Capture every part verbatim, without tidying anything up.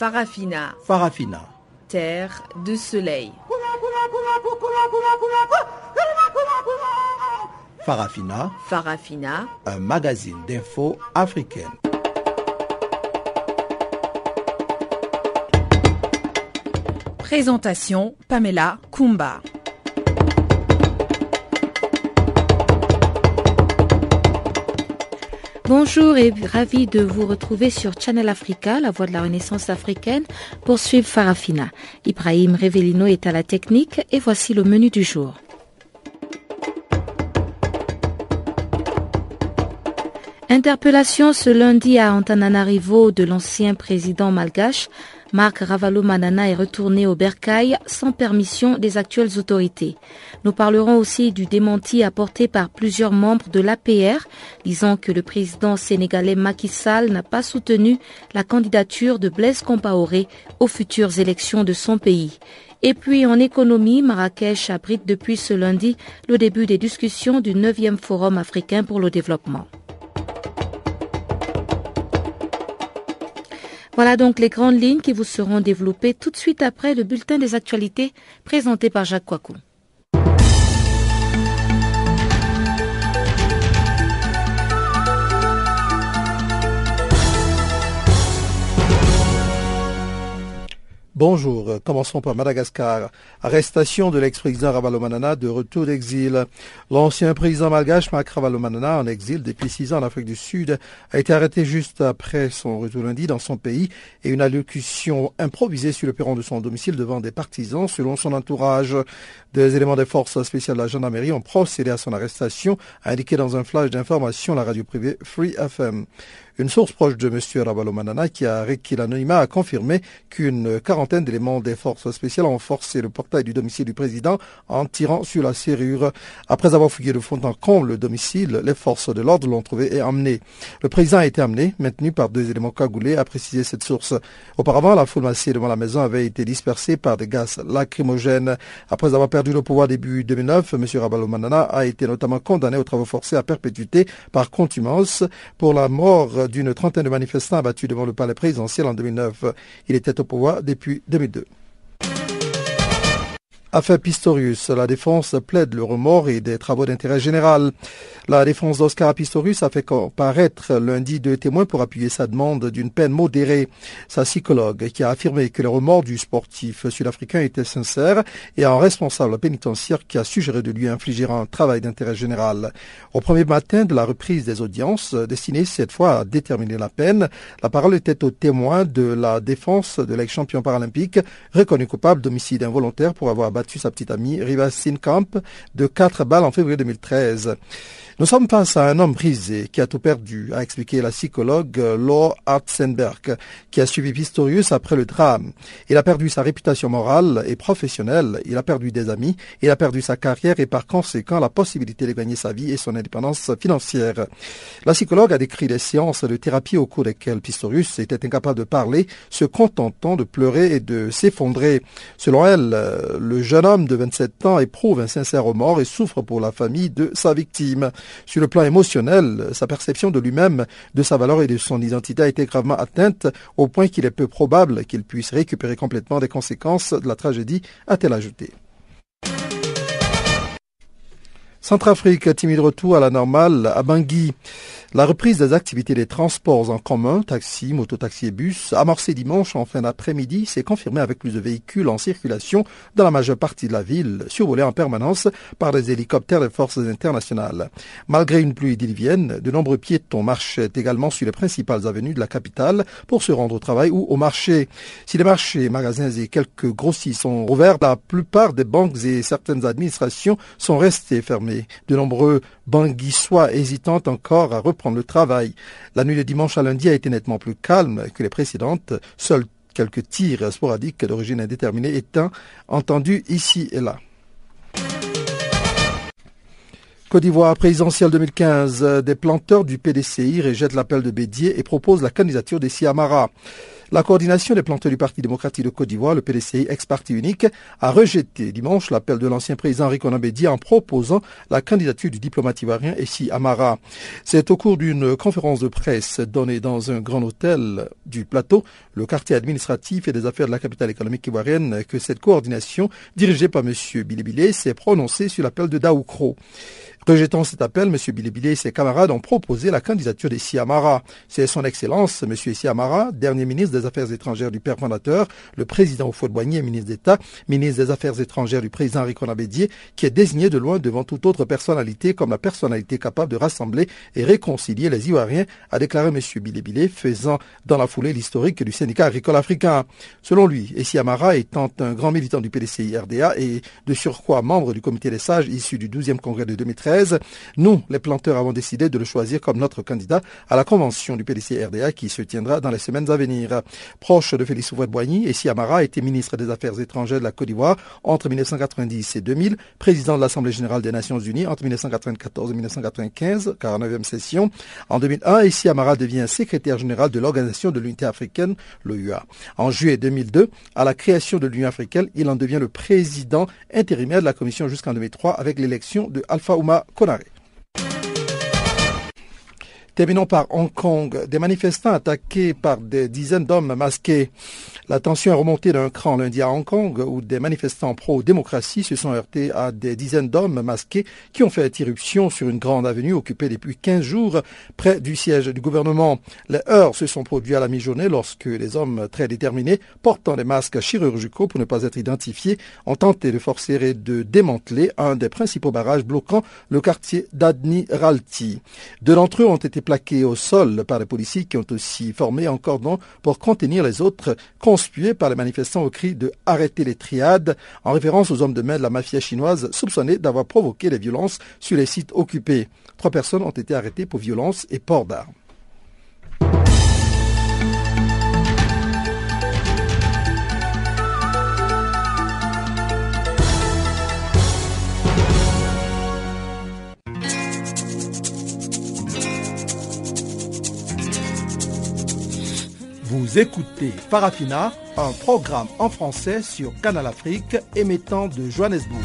Farafina. Farafina. Terre de soleil. Farafina. Farafina. Un magazine d'infos africaine. Présentation Pamela Kumba. Bonjour et ravi de vous retrouver sur Channel Africa, la voix de la Renaissance africaine, pour suivre Farafina. Ibrahim Revelino est à la technique et voici le menu du jour. Interpellation ce lundi à Antananarivo de l'ancien président malgache. Marc Ravalomanana est retourné au Bercail sans permission des actuelles autorités. Nous parlerons aussi du démenti apporté par plusieurs membres de l'A P R, disant que le président sénégalais Macky Sall n'a pas soutenu la candidature de Blaise Compaoré aux futures élections de son pays. Et puis en économie, Marrakech abrite depuis ce lundi le début des discussions du neuvième Forum africain pour le développement. Voilà donc les grandes lignes qui vous seront développées tout de suite après le bulletin des actualités présenté par Jacques Kouakou. Bonjour, commençons par Madagascar. Arrestation de l'ex-président Ravalomanana de retour d'exil. L'ancien président malgache Marc Ravalomanana, en exil depuis six ans en Afrique du Sud, a été arrêté juste après son retour lundi dans son pays et une allocution improvisée sur le perron de son domicile devant des partisans selon son entourage. Des éléments des forces spéciales de la gendarmerie ont procédé à son arrestation, a indiqué dans un flash d'information la radio privée Free F M. Une source proche de M. Ravalomanana qui a requis l'anonymat a confirmé qu'une quarantaine d'éléments des forces spéciales ont forcé le portail du domicile du président en tirant sur la serrure. Après avoir fouillé de fond en comble le domicile, les forces de l'ordre l'ont trouvé et emmené. Le président a été amené, maintenu par deux éléments cagoulés, a précisé cette source. Auparavant, la foule massée devant la maison avait été dispersée par des gaz lacrymogènes. Après avoir perdu le pouvoir début deux mille neuf, M. Ravalomanana a été notamment condamné aux travaux forcés à perpétuité par contumace pour la mort d'une trentaine de manifestants abattus devant le palais présidentiel en deux mille neuf. Il était au pouvoir depuis deux mille deux. Affaire Pistorius, la défense plaide le remords et des travaux d'intérêt général. La défense d'Oscar Pistorius a fait comparaître lundi deux témoins pour appuyer sa demande d'une peine modérée. Sa psychologue, qui a affirmé que le remords du sportif sud-africain était sincère, et un responsable pénitentiaire qui a suggéré de lui infliger un travail d'intérêt général. Au premier matin de la reprise des audiences, destinées cette fois à déterminer la peine, la parole était aux témoins de la défense de l'ex-champion paralympique, reconnu coupable d'homicide involontaire pour avoir battu sa petite amie Riva Steenkamp de quatre balles en février deux mille treize. Nous sommes face à un homme brisé qui a tout perdu, a expliqué la psychologue Laure Hartzenberg, qui a suivi Pistorius après le drame. Il a perdu sa réputation morale et professionnelle, il a perdu des amis, il a perdu sa carrière et par conséquent la possibilité de gagner sa vie et son indépendance financière. La psychologue a décrit les séances de thérapie au cours desquelles Pistorius était incapable de parler, se contentant de pleurer et de s'effondrer. Selon elle, le jeune homme de vingt-sept ans éprouve un sincère remords et souffre pour la famille de sa victime. Sur le plan émotionnel, sa perception de lui-même, de sa valeur et de son identité a été gravement atteinte au point qu'il est peu probable qu'il puisse récupérer complètement des conséquences de la tragédie, a-t-elle ajouté. Centrafrique, timide retour à la normale à Bangui. La reprise des activités des transports en commun, taxi, mototaxi et bus, amorcée dimanche en fin d'après-midi, s'est confirmée avec plus de véhicules en circulation dans la majeure partie de la ville, survolée en permanence par des hélicoptères des forces internationales. Malgré une pluie diluvienne, de nombreux piétons marchaient également sur les principales avenues de la capitale pour se rendre au travail ou au marché. Si les marchés, magasins et quelques grossistes sont ouverts, la plupart des banques et certaines administrations sont restées fermées. De nombreux Banguissois hésitant encore à reprendre le travail. La nuit de dimanche à lundi a été nettement plus calme que les précédentes. Seuls quelques tirs sporadiques d'origine indéterminée étant entendus ici et là. Côte d'Ivoire, présidentielle deux mille quinze, des planteurs du P D C I rejettent l'appel de Bédier et proposent la candidature des Siamara. La coordination des planteurs du Parti démocratique de Côte d'Ivoire, le P D C I, ex-parti unique, a rejeté dimanche l'appel de l'ancien président Rikonan Bédié en proposant la candidature du diplomate ivoirien Essi Amara. C'est au cours d'une conférence de presse donnée dans un grand hôtel du Plateau, le quartier administratif et des affaires de la capitale économique ivoirienne, que cette coordination, dirigée par M. Bilé-Bilé, s'est prononcée sur l'appel de Daoukro. Rejetant cet appel, M. Bilé-Bilé et ses camarades ont proposé la candidature d'Essi Amara. C'est son Excellence, M. Essi Amara, dernier ministre des Affaires étrangères du père fondateur, le président Houphouët-Boigny et ministre d'État, ministre des Affaires étrangères du président Rikonan Bédié, qui est désigné de loin devant toute autre personnalité comme la personnalité capable de rassembler et réconcilier les Ivoiriens, a déclaré M. Bilé-Bilé, faisant dans la foulée l'historique du syndicat agricole africain. Selon lui, Essi Amara étant un grand militant du P D C I R D A et de surcroît membre du comité des sages issu du douzième congrès de deux mille treize, nous, les planteurs, avons décidé de le choisir comme notre candidat à la convention du P D C R D A qui se tiendra dans les semaines à venir. Proche de Félix Houphouët-Boigny, Essi Amara a été ministre des Affaires étrangères de la Côte d'Ivoire entre mille neuf cent quatre-vingt-dix et deux mille, président de l'Assemblée générale des Nations unies entre mille neuf cent quatre-vingt-quatorze et mille neuf cent quatre-vingt-quinze, quarante-neuvième session. En deux mille un, Essi Amara devient secrétaire général de l'Organisation de l'Unité africaine, l'O U A. En juillet deux mille deux, à la création de l'Union africaine, il en devient le président intérimaire de la commission jusqu'en deux mille trois avec l'élection de Alpha Ouma Konaré. Terminons par Hong Kong. Des manifestants attaqués par des dizaines d'hommes masqués. La tension est remontée d'un cran lundi à Hong Kong où des manifestants pro-démocratie se sont heurtés à des dizaines d'hommes masqués qui ont fait irruption sur une grande avenue occupée depuis quinze jours près du siège du gouvernement. Les heurts se sont produits à la mi-journée lorsque les hommes très déterminés, portant des masques chirurgicaux pour ne pas être identifiés, ont tenté de forcer et de démanteler un des principaux barrages bloquant le quartier d'Admiralty. Deux d'entre eux ont été plaqués au sol par les policiers qui ont aussi formé un cordon pour contenir les autres, conspués par les manifestants au cri de « Arrêtez les triades » en référence aux hommes de main de la mafia chinoise soupçonnés d'avoir provoqué les violences sur les sites occupés. Trois personnes ont été arrêtées pour violence et port d'armes. Vous écoutez Farafina, un programme en français sur Canal Afrique émettant de Johannesburg.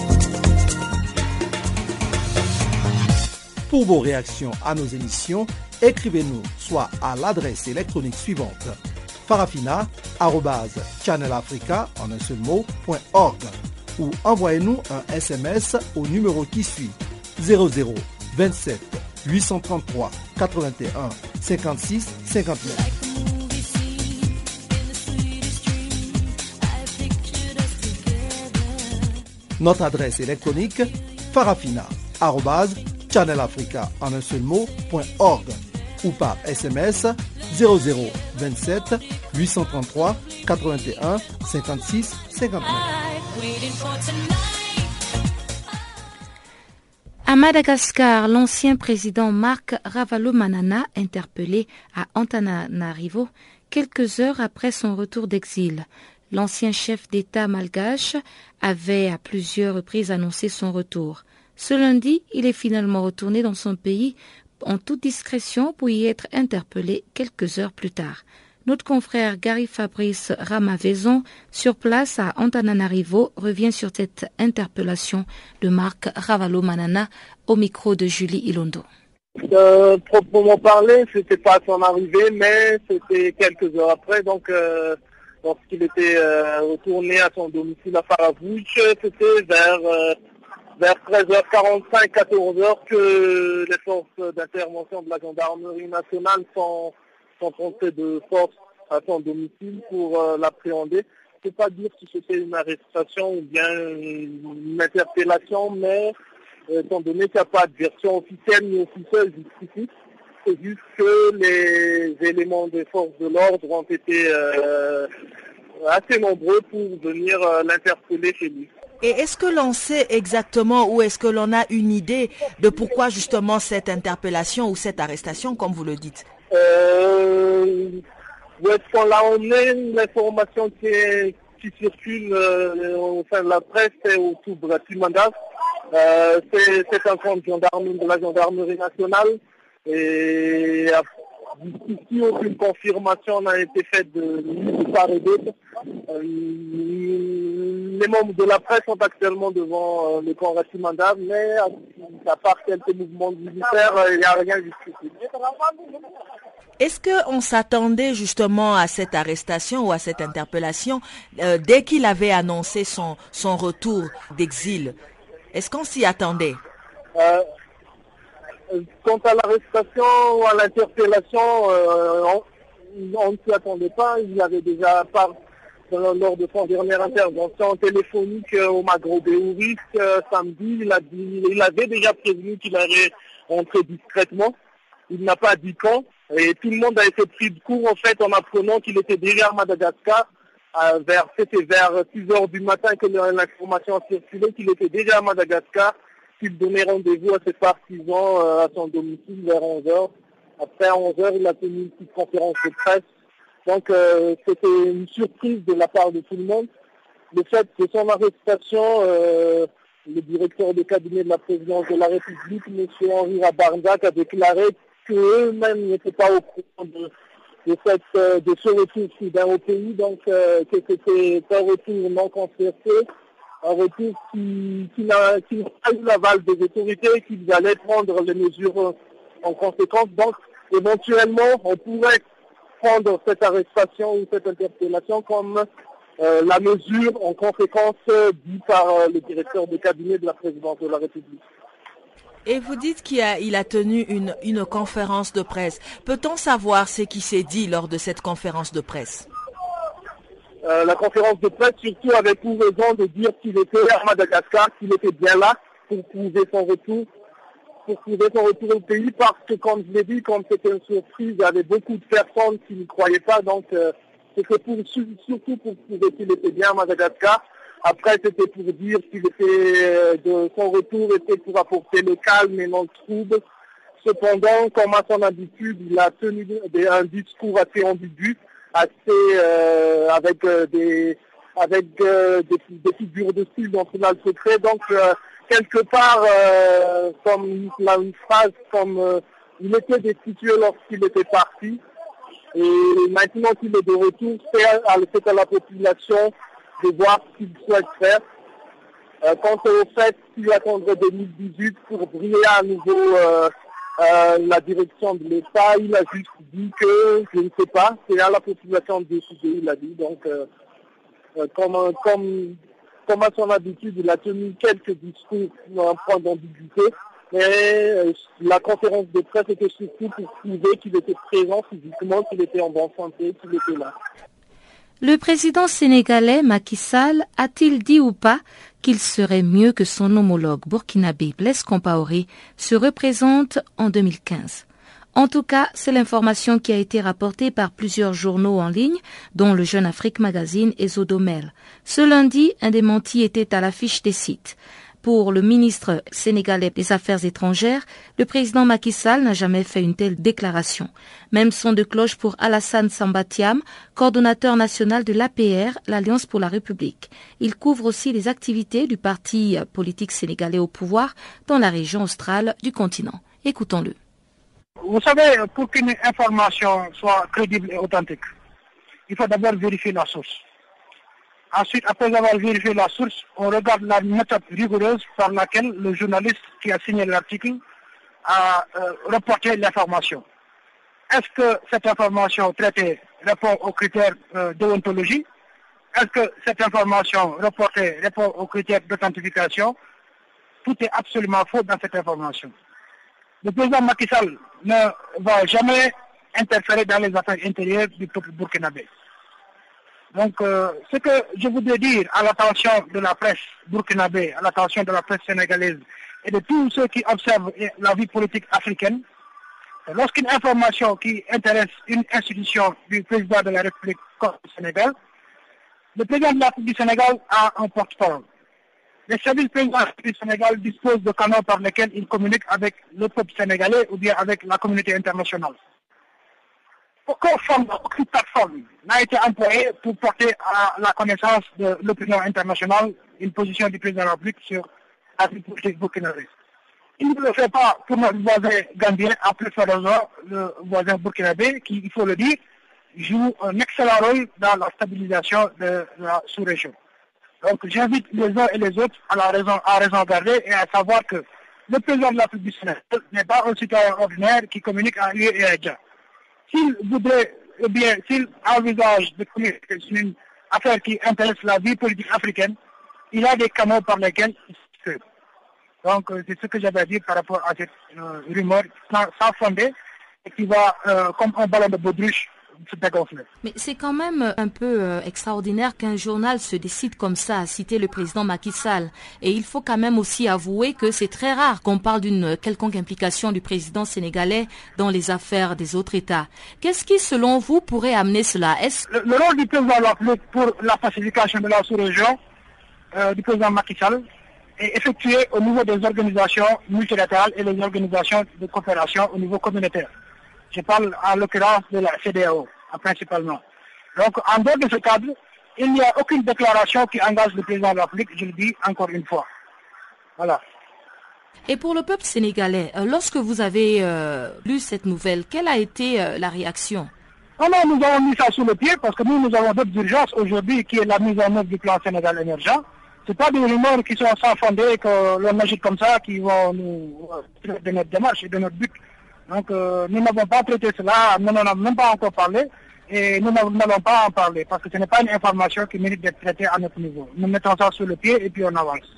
Pour vos réactions à nos émissions, écrivez-nous soit à l'adresse électronique suivante farafina arobase channelafrica en un seul mot point org ou envoyez-nous un S M S au numéro qui suit zéro zéro vingt-sept huit cent trente-trois quatre-vingt-un cinquante-six cinquante-neuf. Notre adresse électronique farafina arobase channelafrica en un seul mot point org ou par S M S zéro zéro vingt-sept huit cent trente-trois quatre-vingt-un cinquante-six cinquante-neuf. À Madagascar, l'ancien président Marc Ravalomanana, interpellé à Antananarivo quelques heures après son retour d'exil. L'ancien chef d'État malgache avait à plusieurs reprises annoncé son retour. Ce lundi, il est finalement retourné dans son pays en toute discrétion pour y être interpellé quelques heures plus tard. Notre confrère Gary Fabrice Ramavezon, sur place à Antananarivo, revient sur cette interpellation de Marc Ravalomanana au micro de Julie Ilondo. Euh, proprement parlé, c'était pas à son arrivée, mais c'était quelques heures après, donc euh, lorsqu'il était euh, retourné à son domicile à Faravouche, c'était vers, euh, vers treize heures quarante-cinq, quatorze heures que les forces d'intervention de la gendarmerie nationale sont, sont montées de force à son domicile pour euh, l'appréhender. Je ne peux pas dire si c'était une arrestation ou bien une interpellation, mais euh, étant donné qu'il n'y a pas de version officielle ni officieuse jusqu'ici, c'est juste que les éléments des forces de l'ordre ont été euh, assez nombreux pour venir euh, l'interpeller chez lui. Et est-ce que l'on sait exactement ou est-ce que l'on a une idée de pourquoi justement cette interpellation ou cette arrestation, comme vous le dites? euh, Où est-ce qu'on l'a emmené? L'information qui, est, qui circule euh, au sein de la presse, c'est autour de la Timandas. Euh, c'est, c'est un camp de gendarmerie de la gendarmerie nationale. Et Jusqu'ici, aucune confirmation n'a été faite de, de part et d'autre. Euh, les membres de la presse sont actuellement devant euh, le camp réprimandable, mais à, à part quelques mouvements militaires, il euh, n'y a rien jusqu'ici. Est-ce qu'on s'attendait justement à cette arrestation ou à cette interpellation euh, dès qu'il avait annoncé son, son retour d'exil? Est-ce qu'on s'y attendait? euh, Quant à l'arrestation ou à l'interpellation, euh, on, on ne s'y attendait pas. Il y avait déjà, par, lors de son dernière intervention téléphonique au Maghreb Béouris, euh, samedi, il, a dit, il avait déjà prévenu qu'il allait rentrer discrètement. Il n'a pas dit quand. Et tout le monde a été pris de court en fait en apprenant qu'il était déjà à Madagascar. Euh, vers, c'était vers six heures du matin que l'information a circulé qu'il était déjà à Madagascar, qu'il donnait rendez-vous à ses partisans euh, à son domicile vers onze heures. Après onze heures, il a tenu une petite conférence de presse. Donc euh, c'était une surprise de la part de tout le monde. Le fait de son arrestation, euh, le directeur de cabinet de la présidence de la République, M. Henri Rabarndak, a déclaré qu'eux-mêmes n'étaient pas au courant de, de, cette, de ce retour soudain au pays, donc euh, que c'était un retour non concerté, un retour qui, qui n'a qui n'a pas eu l'aval des autorités, qu'ils allaient prendre les mesures en conséquence. Donc éventuellement, on pourrait prendre cette arrestation ou cette interpellation comme euh, la mesure en conséquence euh, dite par euh, le directeur de cabinet de la présidence de la République. Et vous dites qu'il a, il a tenu une, une conférence de presse. Peut-on savoir ce qui s'est dit lors de cette conférence de presse? euh, La conférence de presse surtout avait pour raison de dire qu'il était à Madagascar, qu'il était bien là pour prouver son retour, pour prouver son retour au pays, parce que comme je l'ai dit, comme c'était une surprise, il y avait beaucoup de personnes qui ne croyaient pas, donc euh, c'était pour, surtout pour prouver qu'il était bien à Madagascar. Après, c'était pour dire qu'il était, de son retour était pour apporter le calme et non le trouble. Cependant, comme à son habitude, il a tenu des, un discours assez ambigu, assez euh, avec euh, des avec euh, des, des figures de style dont il a le secret. Donc, euh, quelque part, euh, comme là, une phrase comme euh, il était destitué lorsqu'il était parti, et maintenant qu'il est de retour, c'est à, c'est à la population de voir ce qu'il souhaite faire. Euh, quant au fait qu'il attendrait deux mille dix-huit pour briller à nouveau euh, euh, la direction de l'État, il a juste dit que je ne sais pas, c'est à la population de décider, il a dit. Donc, euh, euh, comme, comme, comme à son habitude, il a tenu quelques discours pour un point d'ambiguïté, mais euh, la conférence de presse était surtout pour prouver qu'il était présent physiquement, qu'il était en bonne santé, qu'il était là. Le président sénégalais Macky Sall a-t-il dit ou pas qu'il serait mieux que son homologue burkinabé Blaise Compaoré se représente en deux mille quinze? En tout cas, c'est l'information qui a été rapportée par plusieurs journaux en ligne, dont le Jeune Afrique Magazine et Zodomel. Ce lundi, un démenti était à l'affiche des sites. Pour le ministre sénégalais des Affaires étrangères, le président Macky Sall n'a jamais fait une telle déclaration. Même son de cloche pour Alassane Samba Thiam, coordonnateur national de l'A P R, l'Alliance pour la République. Il couvre aussi les activités du parti politique sénégalais au pouvoir dans la région australe du continent. Écoutons-le. Vous savez, pour qu'une information soit crédible et authentique, il faut d'abord vérifier la source. Ensuite, après avoir vérifié la source, on regarde la méthode rigoureuse par laquelle le journaliste qui a signé l'article a euh, reporté l'information. Est-ce que cette information traitée répond aux critères euh, déontologie? Est-ce que cette information reportée répond aux critères d'authentification? Tout est absolument faux dans cette information. Le président Macky Sall ne va jamais interférer dans les affaires intérieures du peuple burkinabé. Donc, euh, ce que je voudrais dire à l'attention de la presse burkinabé, à l'attention de la presse sénégalaise et de tous ceux qui observent la vie politique africaine, lorsqu'une information qui intéresse une institution du président de la République comme le Sénégal, le président de la République du Sénégal a un porte-parole. Les services présidents du Sénégal disposent de canaux par lesquels ils communiquent avec le peuple sénégalais ou bien avec la communauté internationale. Aucune forme, aucune plateforme n'a été employée pour porter à la connaissance de l'opinion internationale une position du président de la République sur la vie politique burkinabé. Il ne le fait pas pour notre voisin gambien, à plus forte raison, le voisin burkinabé, qui, il faut le dire, joue un excellent rôle dans la stabilisation de la sous-région. Donc j'invite les uns et les autres à la raison, à raison garder et à savoir que le président de la République du Sénégal n'est pas un citoyen ordinaire qui communique à lui et à Dieu. S'il voudrait, eh bien, s'il envisage de communiquer sur une affaire qui intéresse la vie politique africaine, il a des canaux par lesquels il se. Donc c'est ce que j'avais à dire par rapport à cette euh, rumeur sans, sans fondé et qui va euh, comme un ballon de baudruche. Mais c'est quand même un peu euh, extraordinaire qu'un journal se décide comme ça à citer le président Macky Sall. Et il faut quand même aussi avouer que c'est très rare qu'on parle d'une quelconque implication du président sénégalais dans les affaires des autres États. Qu'est-ce qui, selon vous, pourrait amener cela? Est-ce... Le, le rôle du président de la République pour la pacification de la sous-région, euh, du président Macky Sall, est effectué au niveau des organisations multilatérales et les organisations de coopération au niveau communautaire. Je parle en l'occurrence de la C D A O, principalement. Donc, en dehors de ce cadre, il n'y a aucune déclaration qui engage le président de la République, je le dis encore une fois. Voilà. Et pour le peuple sénégalais, lorsque vous avez euh, lu cette nouvelle, quelle a été euh, la réaction? Non, non, nous avons mis ça sous le pied parce que nous, nous avons d'autres urgences aujourd'hui qui est la mise en œuvre du plan Sénégal émergent. Ce pas des rumeurs qui sont sans fondé, que l'on agite comme ça, qui vont nous euh, de notre démarche et de notre but. Donc euh, nous n'avons pas traité cela, nous n'en avons même pas encore parlé et nous n'allons pas en parler parce que ce n'est pas une information qui mérite d'être traitée à notre niveau. Nous mettons ça sur le pied et puis on avance.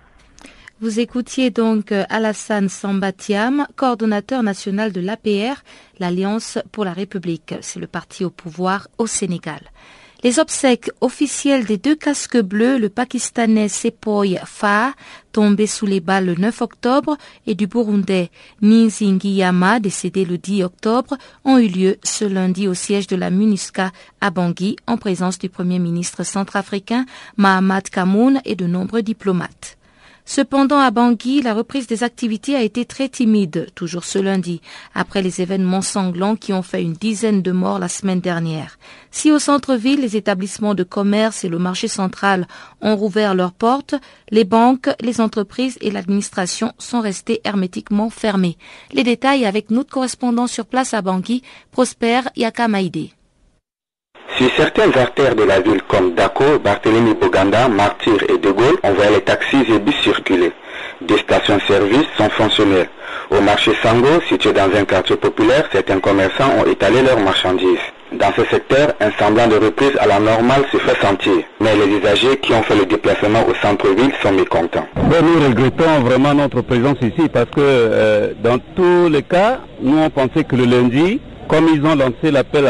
Vous écoutiez donc Alassane Samba-Thiam, coordonnateur national de l'A P R, l'Alliance pour la République. C'est le parti au pouvoir au Sénégal. Les obsèques officielles des deux casques bleus, le Pakistanais Sepoy Fa, tombé sous les balles le neuf octobre, et du Burundais Nzinguiyama, décédé le dix octobre, ont eu lieu ce lundi au siège de la MINUSCA à Bangui, en présence du Premier ministre centrafricain Mahamat Kamoun et de nombreux diplomates. Cependant, à Bangui, la reprise des activités a été très timide, toujours ce lundi, après les événements sanglants qui ont fait une dizaine de morts la semaine dernière. Si au centre-ville, les établissements de commerce et le marché central ont rouvert leurs portes, les banques, les entreprises et l'administration sont restés hermétiquement fermés. Les détails avec notre correspondant sur place à Bangui, Prosper Yakamaïdé. Sur certaines artères de la ville comme Dako, Barthélemy Boganda, Martyr et De Gaulle, on voit les taxis et bus circuler. Des stations-service sont fonctionnelles. Au marché Sango, situé dans un quartier populaire, certains commerçants ont étalé leurs marchandises. Dans ce secteur, un semblant de reprise à la normale se fait sentir. Mais les usagers qui ont fait le déplacement au centre-ville sont mécontents. Bon, nous regrettons vraiment notre présence ici parce que euh, dans tous les cas, nous on pensait que le lundi, comme ils ont lancé l'appel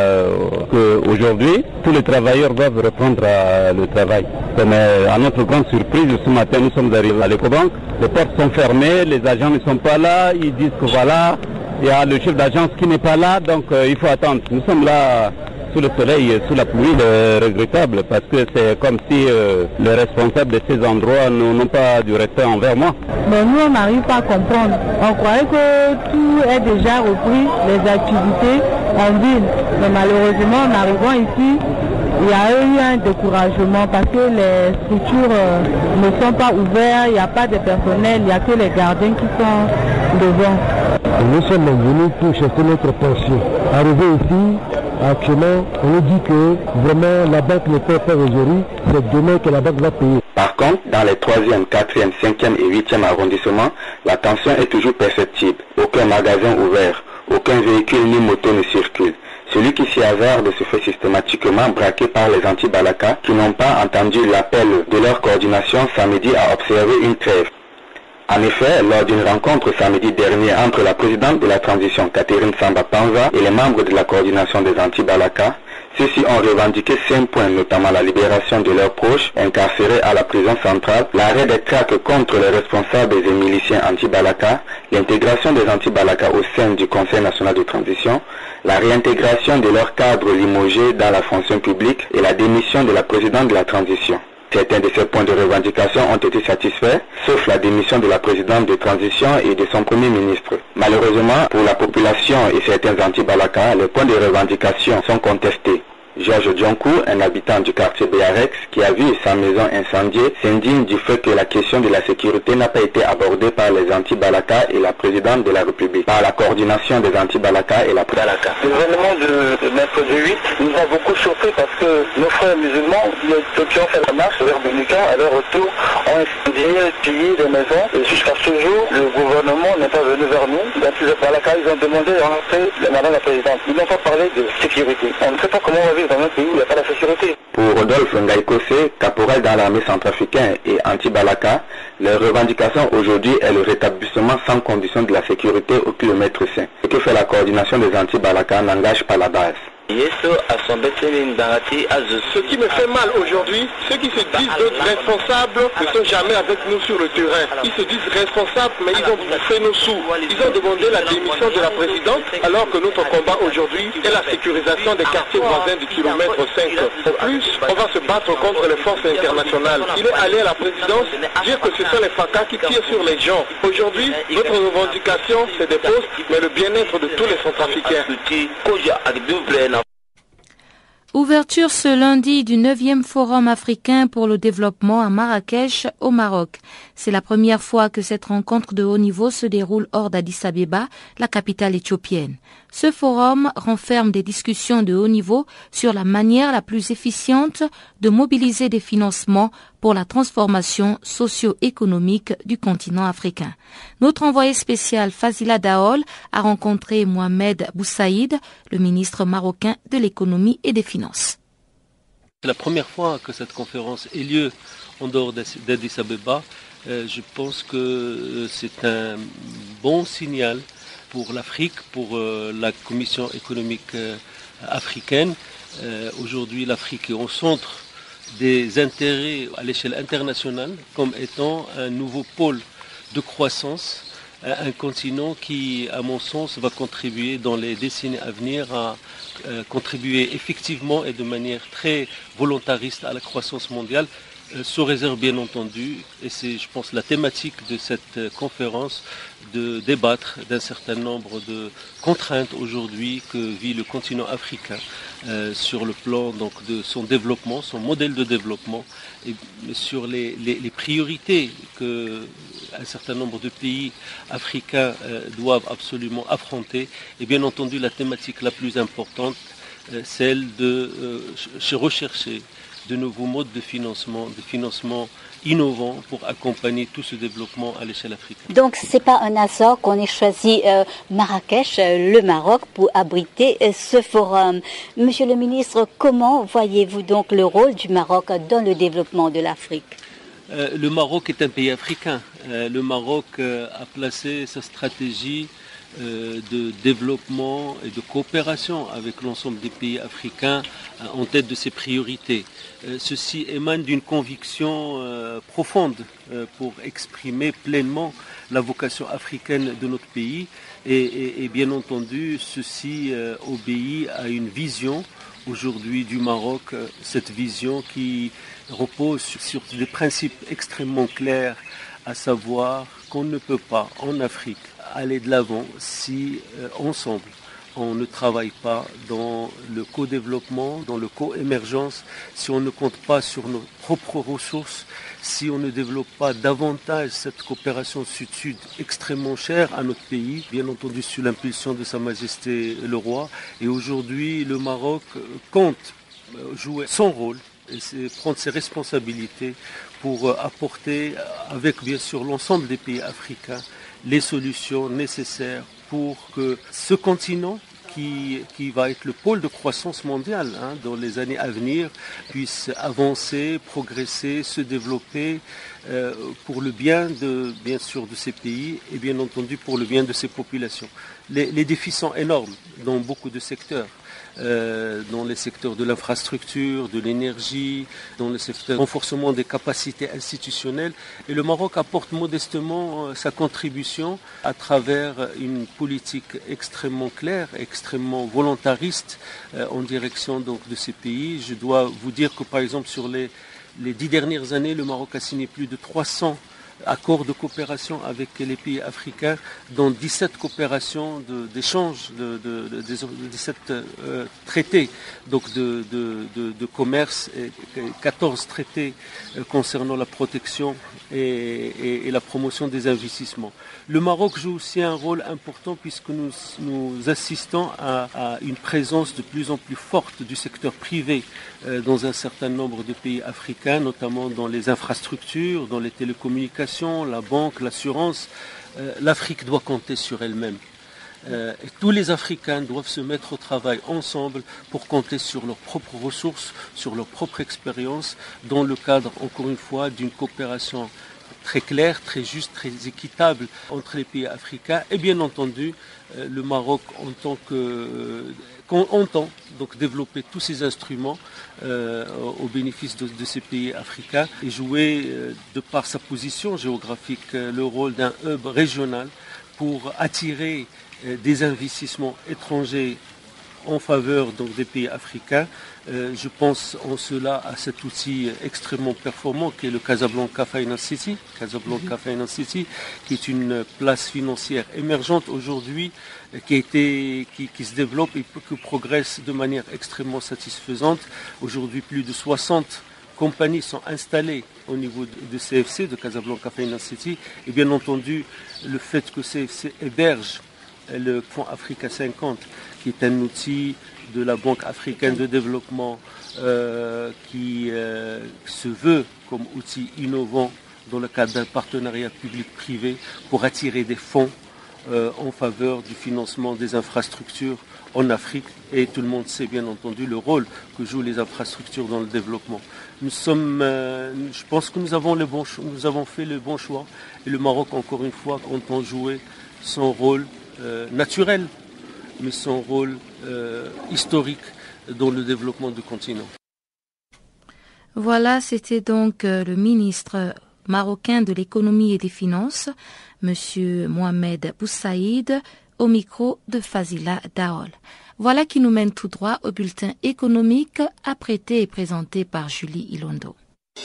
qu'aujourd'hui, tous les travailleurs doivent reprendre à, le travail. Mais à notre grande surprise, ce matin, nous sommes arrivés à l'Ecobank. Les portes sont fermées, les agents ne sont pas là. Ils disent que voilà, il y a le chef d'agence qui n'est pas là, donc euh, il faut attendre. Nous sommes là sous le soleil, sous la pluie, euh, regrettable, parce que c'est comme si euh, les responsables de ces endroits n'ont pas du respect envers moi. Mais nous, on n'arrive pas à comprendre. On croyait que tout est déjà repris, les activités en ville. Mais malheureusement, en arrivant ici, il y a eu un découragement parce que les structures euh, ne sont pas ouvertes, il n'y a pas de personnel, il n'y a que les gardiens qui sont devant. Nous sommes venus pour chercher notre pension. Arrivé ici, actuellement, on nous dit que vraiment la banque ne paie pas aujourd'hui, c'est demain que la banque va payer. Par contre, dans les troisième, quatrième, cinquième et huitième arrondissements, la tension est toujours perceptible. Aucun magasin ouvert, aucun véhicule ni moto ne circule. Celui qui s'y hasarde se fait systématiquement braquer par les anti-Balaka qui n'ont pas entendu l'appel de leur coordination samedi à observer une trêve. En effet, lors d'une rencontre samedi dernier entre la présidente de la transition, Catherine Samba Panza, et les membres de la coordination des anti-Balaka, ceux-ci ont revendiqué cinq points, notamment la libération de leurs proches incarcérés à la prison centrale, l'arrêt des traques contre les responsables et miliciens anti-Balaka, l'intégration des anti-Balaka au sein du Conseil national de transition, la réintégration de leurs cadres limogés dans la fonction publique et la démission de la présidente de la transition. Certains de ces points de revendication ont été satisfaits, sauf la démission de la présidente de transition et de son premier ministre. Malheureusement, pour la population et certains anti-Balaka, les points de revendication sont contestés. Georges Dionkou, un habitant du quartier Béarex qui a vu sa maison incendiée, s'indigne du fait que la question de la sécurité n'a pas été abordée par les anti-Balaka et la présidente de la République, par la coordination des anti-Balaka et la Balaka. L'événement de, de mercredi huit nous a beaucoup surpris parce que nos frères musulmans, ceux qui ont fait la marche vers Bunika, à leur retour, ont incendié, pillé des maisons. Et jusqu'à ce jour, le gouvernement n'est pas venu vers nous. Dans les Balaka, ils ont demandé de rentrer madame la présidente. Ils n'ont pas parlé de sécurité. On ne sait pas comment on va vivre dans un pays où il n'y a pas la sécurité. Pour Rodolphe Ngaïkose, caporal dans l'armée centrafricaine et anti-Balaka, leur revendication aujourd'hui est le rétablissement sans condition de la sécurité au kilomètre cinq. Ce que fait la coordination des anti-Balaka n'engage pas la base. Ce qui me fait mal aujourd'hui, ceux qui se disent d'autres responsables ne sont jamais avec nous sur le terrain. Ils se disent responsables, mais ils ont bouffé nos sous. Ils ont demandé la démission de la présidente, alors que notre combat aujourd'hui est la sécurisation des quartiers voisins du kilomètre cinq. En plus, on va se battre contre les forces internationales. Il est allé à la présidence dire que ce sont les F A C A qui tirent sur les gens. Aujourd'hui, notre revendication, c'est des postes, mais le bien-être de tous les Centrafricains. Ouverture ce lundi du neuvième Forum africain pour le développement à Marrakech, au Maroc. C'est la première fois que cette rencontre de haut niveau se déroule hors d'Addis Abeba, la capitale éthiopienne. Ce forum renferme des discussions de haut niveau sur la manière la plus efficiente de mobiliser des financements pour la transformation socio-économique du continent africain. Notre envoyé spécial Fazila Daol a rencontré Mohamed Boussaïd, le ministre marocain de l'économie et des finances. C'est la première fois que cette conférence ait lieu en dehors d'Addis Abeba. Euh, je pense que c'est un bon signal pour l'Afrique, pour euh, la Commission économique euh, africaine. Euh, aujourd'hui, l'Afrique est au centre des intérêts à l'échelle internationale comme étant un nouveau pôle de croissance, un continent qui, à mon sens, va contribuer dans les décennies à venir à euh, contribuer effectivement et de manière très volontariste à la croissance mondiale, euh, sous réserve bien entendu, et c'est je pense la thématique de cette euh, conférence, de débattre d'un certain nombre de contraintes aujourd'hui que vit le continent africain euh, sur le plan donc de son développement, son modèle de développement, et sur les, les, les priorités que un certain nombre de pays africains euh, doivent absolument affronter. Et bien entendu, la thématique la plus importante, euh, celle de euh, rechercher de nouveaux modes de financement, de financement innovants pour accompagner tout ce développement à l'échelle africaine. Donc ce n'est pas un hasard qu'on ait choisi euh, Marrakech, euh, le Maroc, pour abriter euh, ce forum. Monsieur le ministre, comment voyez-vous donc le rôle du Maroc dans le développement de l'Afrique ? Euh, le Maroc est un pays africain. Euh, le Maroc euh, a placé sa stratégie euh, de développement et de coopération avec l'ensemble des pays africains euh, en tête de ses priorités. Euh, ceci émane d'une conviction euh, profonde euh, pour exprimer pleinement la vocation africaine de notre pays et, et, et bien entendu ceci euh, obéit à une vision aujourd'hui du Maroc, euh, cette vision qui repose sur, sur des principes extrêmement clairs, à savoir qu'on ne peut pas en Afrique aller de l'avant si euh, ensemble on ne travaille pas dans le co-développement, dans le co-émergence, si on ne compte pas sur nos propres ressources, si on ne développe pas davantage cette coopération sud-sud extrêmement chère à notre pays, bien entendu sous l'impulsion de Sa Majesté le Roi. Et aujourd'hui, le Maroc compte jouer son rôle et prendre ses responsabilités pour apporter, avec bien sûr l'ensemble des pays africains, les solutions nécessaires pour que ce continent, qui, qui va être le pôle de croissance mondiale hein, dans les années à venir, puisse avancer, progresser, se développer euh, pour le bien de, bien sûr, de ces pays et bien entendu pour le bien de ces populations. Les, les défis sont énormes dans beaucoup de secteurs. Euh, dans les secteurs de l'infrastructure, de l'énergie, dans le secteur du renforcement des capacités institutionnelles. Et le Maroc apporte modestement euh, sa contribution à travers une politique extrêmement claire, extrêmement volontariste euh, en direction donc, de ces pays. Je dois vous dire que par exemple sur les, les dix dernières années, le Maroc a signé plus de trois cents accords de coopération avec les pays africains, dont dix-sept coopérations de, d'échange, de, de, de, de dix-sept euh, traités donc de, de, de, de commerce, et quatorze traités euh, concernant la protection et, et, et la promotion des investissements. Le Maroc joue aussi un rôle important puisque nous, nous assistons à, à une présence de plus en plus forte du secteur privé euh, dans un certain nombre de pays africains, notamment dans les infrastructures, dans les télécommunications, la banque, l'assurance. Euh, L'Afrique doit compter sur elle-même. Euh, et tous les Africains doivent se mettre au travail ensemble pour compter sur leurs propres ressources, sur leur propre expérience, dans le cadre, encore une fois, d'une coopération très claire, très juste, très équitable entre les pays africains. Et bien entendu, euh, le Maroc, en tant que, euh, qu'on entend donc développer tous ces instruments euh, au bénéfice de, de ces pays africains et jouer, euh, de par sa position géographique, euh, le rôle d'un hub régional pour attirer euh, des investissements étrangers en faveur donc, des pays africains. Euh, je pense en cela à cet outil extrêmement performant qui est le Casablanca Finance City, Casablanca Finance City, qui est une place financière émergente aujourd'hui, qui, a été, qui, qui se développe et qui progresse de manière extrêmement satisfaisante. Aujourd'hui, plus de soixante compagnies sont installées au niveau de C F C, de Casablanca Finance City, et bien entendu, le fait que C F C héberge le Fonds Africa cinquante, qui est un outil de la Banque africaine de développement euh, qui euh, se veut comme outil innovant dans le cadre d'un partenariat public-privé pour attirer des fonds euh, en faveur du financement des infrastructures en Afrique. Et tout le monde sait bien entendu le rôle que jouent les infrastructures dans le développement. Nous sommes, euh, je pense que nous avons, le bon cho- nous avons fait le bon choix et le Maroc, encore une fois, entend jouer son rôle euh, naturel, mais son rôle euh, historique dans le développement du continent. Voilà, c'était donc euh, le ministre marocain de l'économie et des finances, M. Mohamed Boussaïd, au micro de Fazila Daol. Voilà qui nous mène tout droit au bulletin économique apprêté et présenté par Julie Ilondo.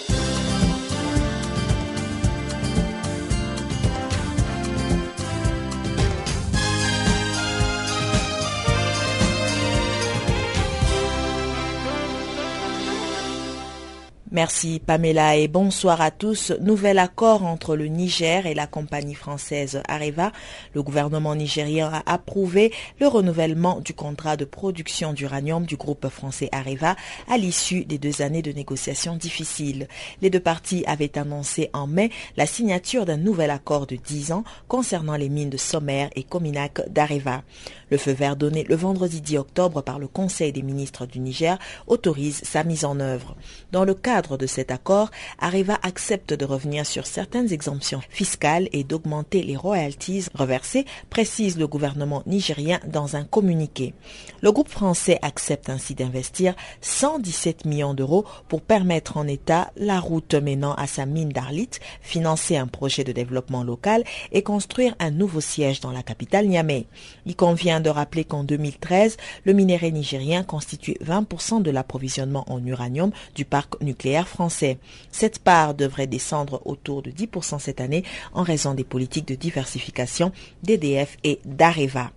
Merci Pamela et bonsoir à tous. Nouvel accord entre le Niger et la compagnie française Areva. Le gouvernement nigérien a approuvé le renouvellement du contrat de production d'uranium du groupe français Areva à l'issue des deux années de négociations difficiles. Les deux parties avaient annoncé en mai la signature d'un nouvel accord de dix ans concernant les mines de Sommer et Cominac d'Areva. Le feu vert donné le vendredi dix octobre par le Conseil des ministres du Niger autorise sa mise en œuvre. Dans le cadre de cet accord, Areva accepte de revenir sur certaines exemptions fiscales et d'augmenter les royalties reversées, précise le gouvernement nigérien dans un communiqué. Le groupe français accepte ainsi d'investir cent dix-sept millions d'euros pour permettre en état la route menant à sa mine d'Arlit, financer un projet de développement local et construire un nouveau siège dans la capitale Niamey. Il convient de rappeler qu'en deux mille treize, le minerai nigérien constituait vingt pour cent de l'approvisionnement en uranium du parc nucléaire français. Cette part devrait descendre autour de dix pour cent cette année en raison des politiques de diversification d'E D F et d'Areva.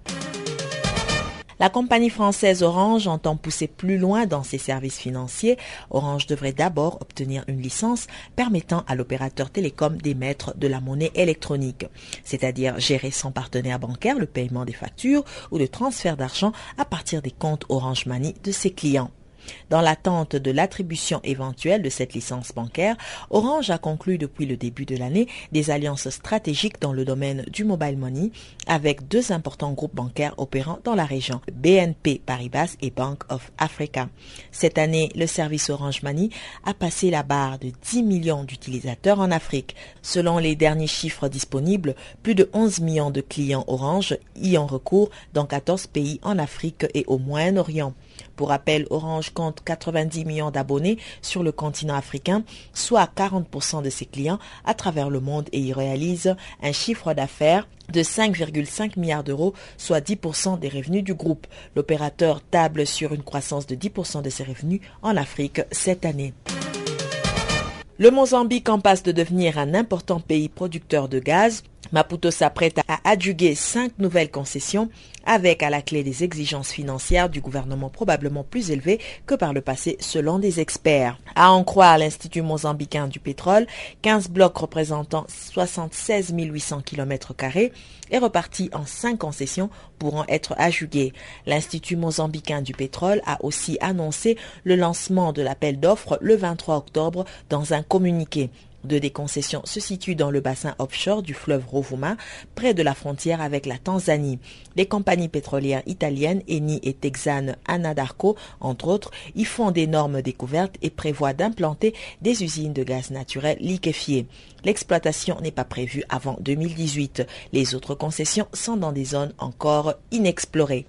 La compagnie française Orange entend pousser plus loin dans ses services financiers. Orange devrait d'abord obtenir une licence permettant à l'opérateur télécom d'émettre de la monnaie électronique, c'est-à-dire gérer sans partenaire bancaire le paiement des factures ou le transfert d'argent à partir des comptes Orange Money de ses clients. Dans l'attente de l'attribution éventuelle de cette licence bancaire, Orange a conclu depuis le début de l'année des alliances stratégiques dans le domaine du mobile money avec deux importants groupes bancaires opérant dans la région, B N P Paribas et Bank of Africa. Cette année, le service Orange Money a passé la barre de dix millions d'utilisateurs en Afrique. Selon les derniers chiffres disponibles, plus de onze millions de clients Orange y ont recours dans quatorze pays en Afrique et au Moyen-Orient. Pour rappel, Orange compte quatre-vingt-dix millions d'abonnés sur le continent africain, soit quarante pour cent de ses clients à travers le monde et y réalise un chiffre d'affaires de cinq virgule cinq milliards d'euros, soit dix pour cent des revenus du groupe. L'opérateur table sur une croissance de dix pour cent de ses revenus en Afrique cette année. Le Mozambique en passe de devenir un important pays producteur de gaz. Maputo s'apprête à adjuguer cinq nouvelles concessions avec à la clé des exigences financières du gouvernement probablement plus élevées que par le passé selon des experts. À en croire l'Institut mozambicain du pétrole, quinze blocs représentant soixante-seize mille huit cents kilomètres carrés et repartis en cinq concessions pourront être adjugués. L'Institut mozambicain du pétrole a aussi annoncé le lancement de l'appel d'offres le vingt-trois octobre dans un communiqué. Deux des concessions se situent dans le bassin offshore du fleuve Rovuma, près de la frontière avec la Tanzanie. Les compagnies pétrolières italiennes Eni et Texan Anadarko, entre autres, y font d'énormes découvertes et prévoient d'implanter des usines de gaz naturel liquéfié. L'exploitation n'est pas prévue avant deux mille dix-huit. Les autres concessions sont dans des zones encore inexplorées.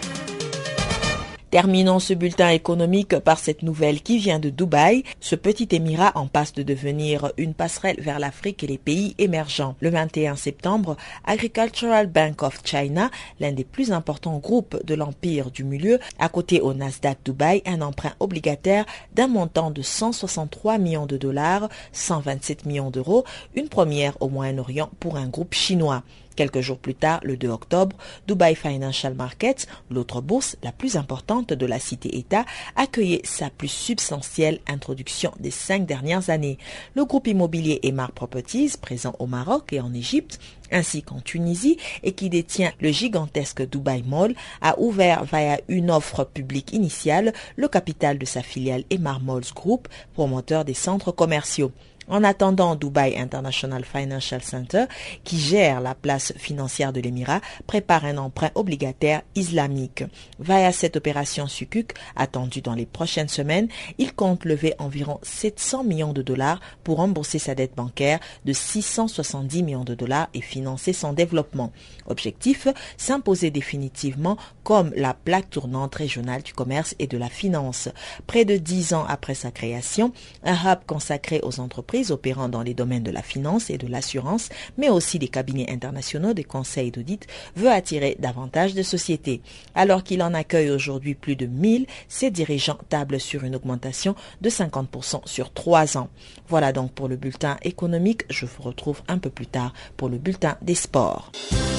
Terminons ce bulletin économique par cette nouvelle qui vient de Dubaï. Ce petit émirat en passe de devenir une passerelle vers l'Afrique et les pays émergents. Le vingt et un septembre, Agricultural Bank of China, l'un des plus importants groupes de l'empire du milieu, a coté au Nasdaq Dubaï un emprunt obligataire d'un montant de cent soixante-trois millions de dollars, cent vingt-sept millions d'euros, une première au Moyen-Orient pour un groupe chinois. Quelques jours plus tard, le deux octobre, Dubai Financial Markets, l'autre bourse la plus importante de la cité-État, accueillait sa plus substantielle introduction des cinq dernières années. Le groupe immobilier Emaar Properties, présent au Maroc et en Égypte, ainsi qu'en Tunisie, et qui détient le gigantesque Dubai Mall, a ouvert via une offre publique initiale le capital de sa filiale Emaar Malls Group, promoteur des centres commerciaux. En attendant, Dubai International Financial Center, qui gère la place financière de l'Émirat, prépare un emprunt obligataire islamique. Via cette opération sukuk, attendue dans les prochaines semaines, il compte lever environ sept cents millions de dollars pour rembourser sa dette bancaire de six cent soixante-dix millions de dollars et financer son développement. Objectif, s'imposer définitivement comme la plaque tournante régionale du commerce et de la finance. Près de dix ans après sa création, un hub consacré aux entreprises opérant dans les domaines de la finance et de l'assurance, mais aussi des cabinets internationaux de conseil d'audit, veut attirer davantage de sociétés. Alors qu'il en accueille aujourd'hui plus de mille, ses dirigeants tablent sur une augmentation de cinquante pour cent sur trois ans. Voilà donc pour le bulletin économique. Je vous retrouve un peu plus tard pour le bulletin des sports.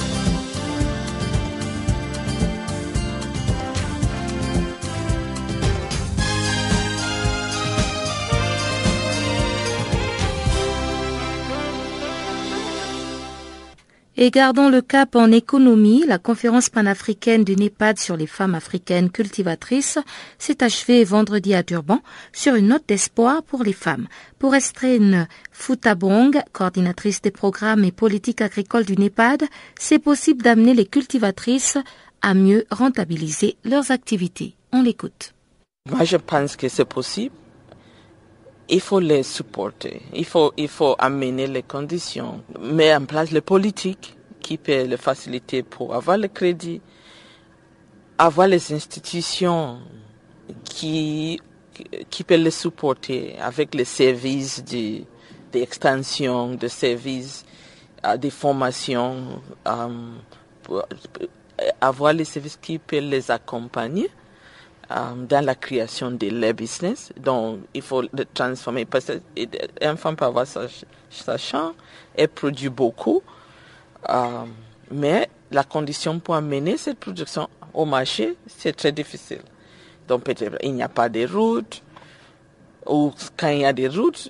Et gardons le cap en économie. La conférence panafricaine du NEPAD sur les femmes africaines cultivatrices s'est achevée vendredi à Durban sur une note d'espoir pour les femmes. Pour Estrine Foutabong, coordinatrice des programmes et politiques agricoles du NEPAD, c'est possible d'amener les cultivatrices à mieux rentabiliser leurs activités. On l'écoute. Moi, je pense que c'est possible. Il faut les supporter, il faut, il faut amener les conditions, mettre en place les politiques qui peuvent les faciliter pour avoir le crédit, avoir les institutions qui, qui peuvent les supporter avec les services de, d'extension, de services, euh, de formation, euh, pour avoir les services qui peuvent les accompagner dans la création de leur business. Donc, il faut le transformer parce qu'une femme peut avoir sa, sa chambre, elle produit beaucoup, euh, mais la condition pour amener cette production au marché, c'est très difficile. Donc, peut-être il n'y a pas de routes, ou quand il y a des routes,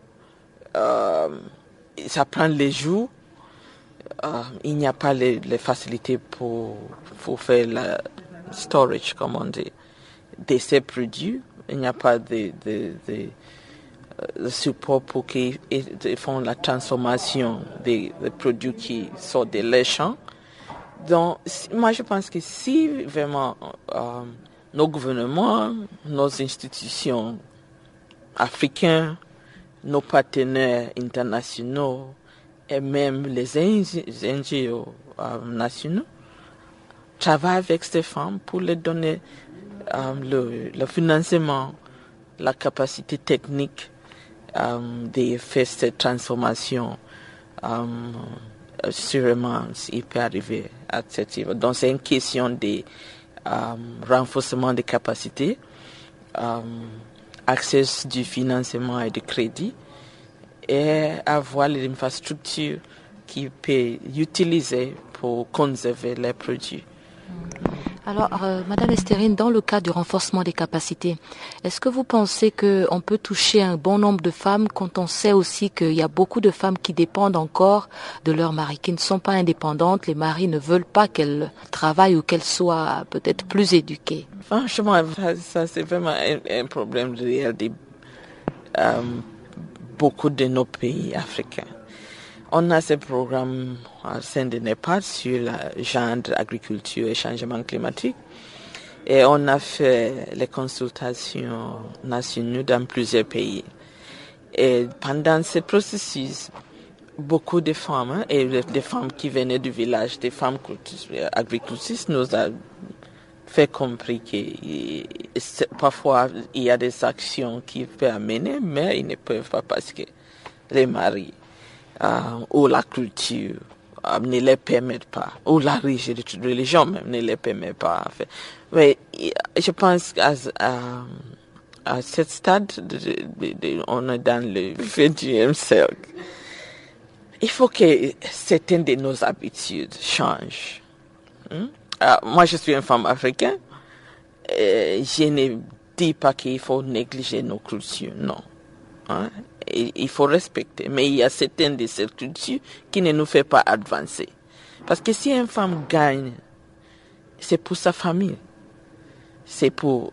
euh, ça prend les jours, euh, il n'y a pas les, les facilités pour, pour faire le storage, comme on dit, de ces produits. Il n'y a pas de, de, de, de support pour qu'ils font la transformation des, des produits qui sortent de leurs champs. Donc, moi, je pense que si vraiment euh, nos gouvernements, nos institutions africaines, nos partenaires internationaux et même les N G O euh, nationaux travaillent avec ces femmes pour les donner Euh, le, le financement, la capacité technique euh, de faire cette transformation, euh, sûrement il peut arriver à cette niveau. Donc c'est une question de euh, renforcement des capacités, euh, accès du financement et du crédit, et avoir les infrastructures qui peuvent utiliser pour conserver les produits. Alors, euh, Madame Estérine, dans le cas du renforcement des capacités, est-ce que vous pensez qu'on peut toucher un bon nombre de femmes quand on sait aussi qu'il y a beaucoup de femmes qui dépendent encore de leurs maris, qui ne sont pas indépendantes, les maris ne veulent pas qu'elles travaillent ou qu'elles soient peut-être plus éduquées? Franchement, ça, ça c'est vraiment un, un problème réel de euh, beaucoup de nos pays africains. On a ce programme au sein de Népal sur la gendre, agriculture et changement climatique. Et on a fait les consultations nationales dans plusieurs pays. Et pendant ce processus, beaucoup de femmes, hein, et des femmes qui venaient du village, des femmes agricultrices, nous ont fait comprendre que parfois il y a des actions qui peuvent amener, mais ils ne peuvent pas parce que les maris Euh, ou la culture euh, ne les permet pas, ou la religion même ne les permet pas. En fait. Mais je pense qu'à à, à ce stade, de, de, de, on est dans le vingt et unième siècle. Il faut que certaines de nos habitudes changent. Hein? Euh, moi, je suis une femme africaine. Et je ne dis pas qu'il faut négliger nos cultures, non. Hein? Il faut respecter, mais il y a certaines de ces cultures qui ne nous font pas avancer. Parce que si une femme gagne, c'est pour sa famille, c'est pour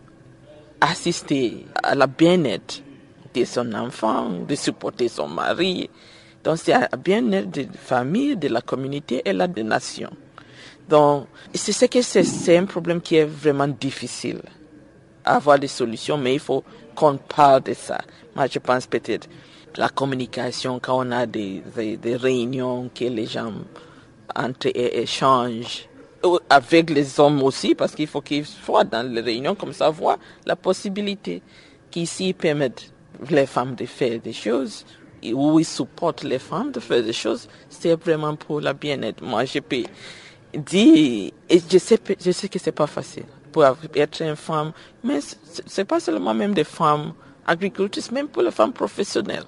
assister à la bien-être de son enfant, de supporter son mari. Donc c'est à la bien-être de la famille, de la communauté et de la nation. Donc c'est ce que c'est, c'est un problème qui est vraiment difficile à avoir des solutions, mais il faut qu'on parle de ça. Moi, je pense peut-être la communication, quand on a des, des, des réunions, que les gens entrent et échangent avec les hommes aussi, parce qu'il faut qu'ils soient dans les réunions, comme ça, voir la possibilité qu'ici permettent les femmes de faire des choses, où ils supportent les femmes de faire des choses, c'est vraiment pour la bien-être. Moi, je peux dire, et je sais, je sais que c'est pas facile pour être une femme, mais c'est pas seulement même des femmes agricultrices, même pour les femmes professionnelles.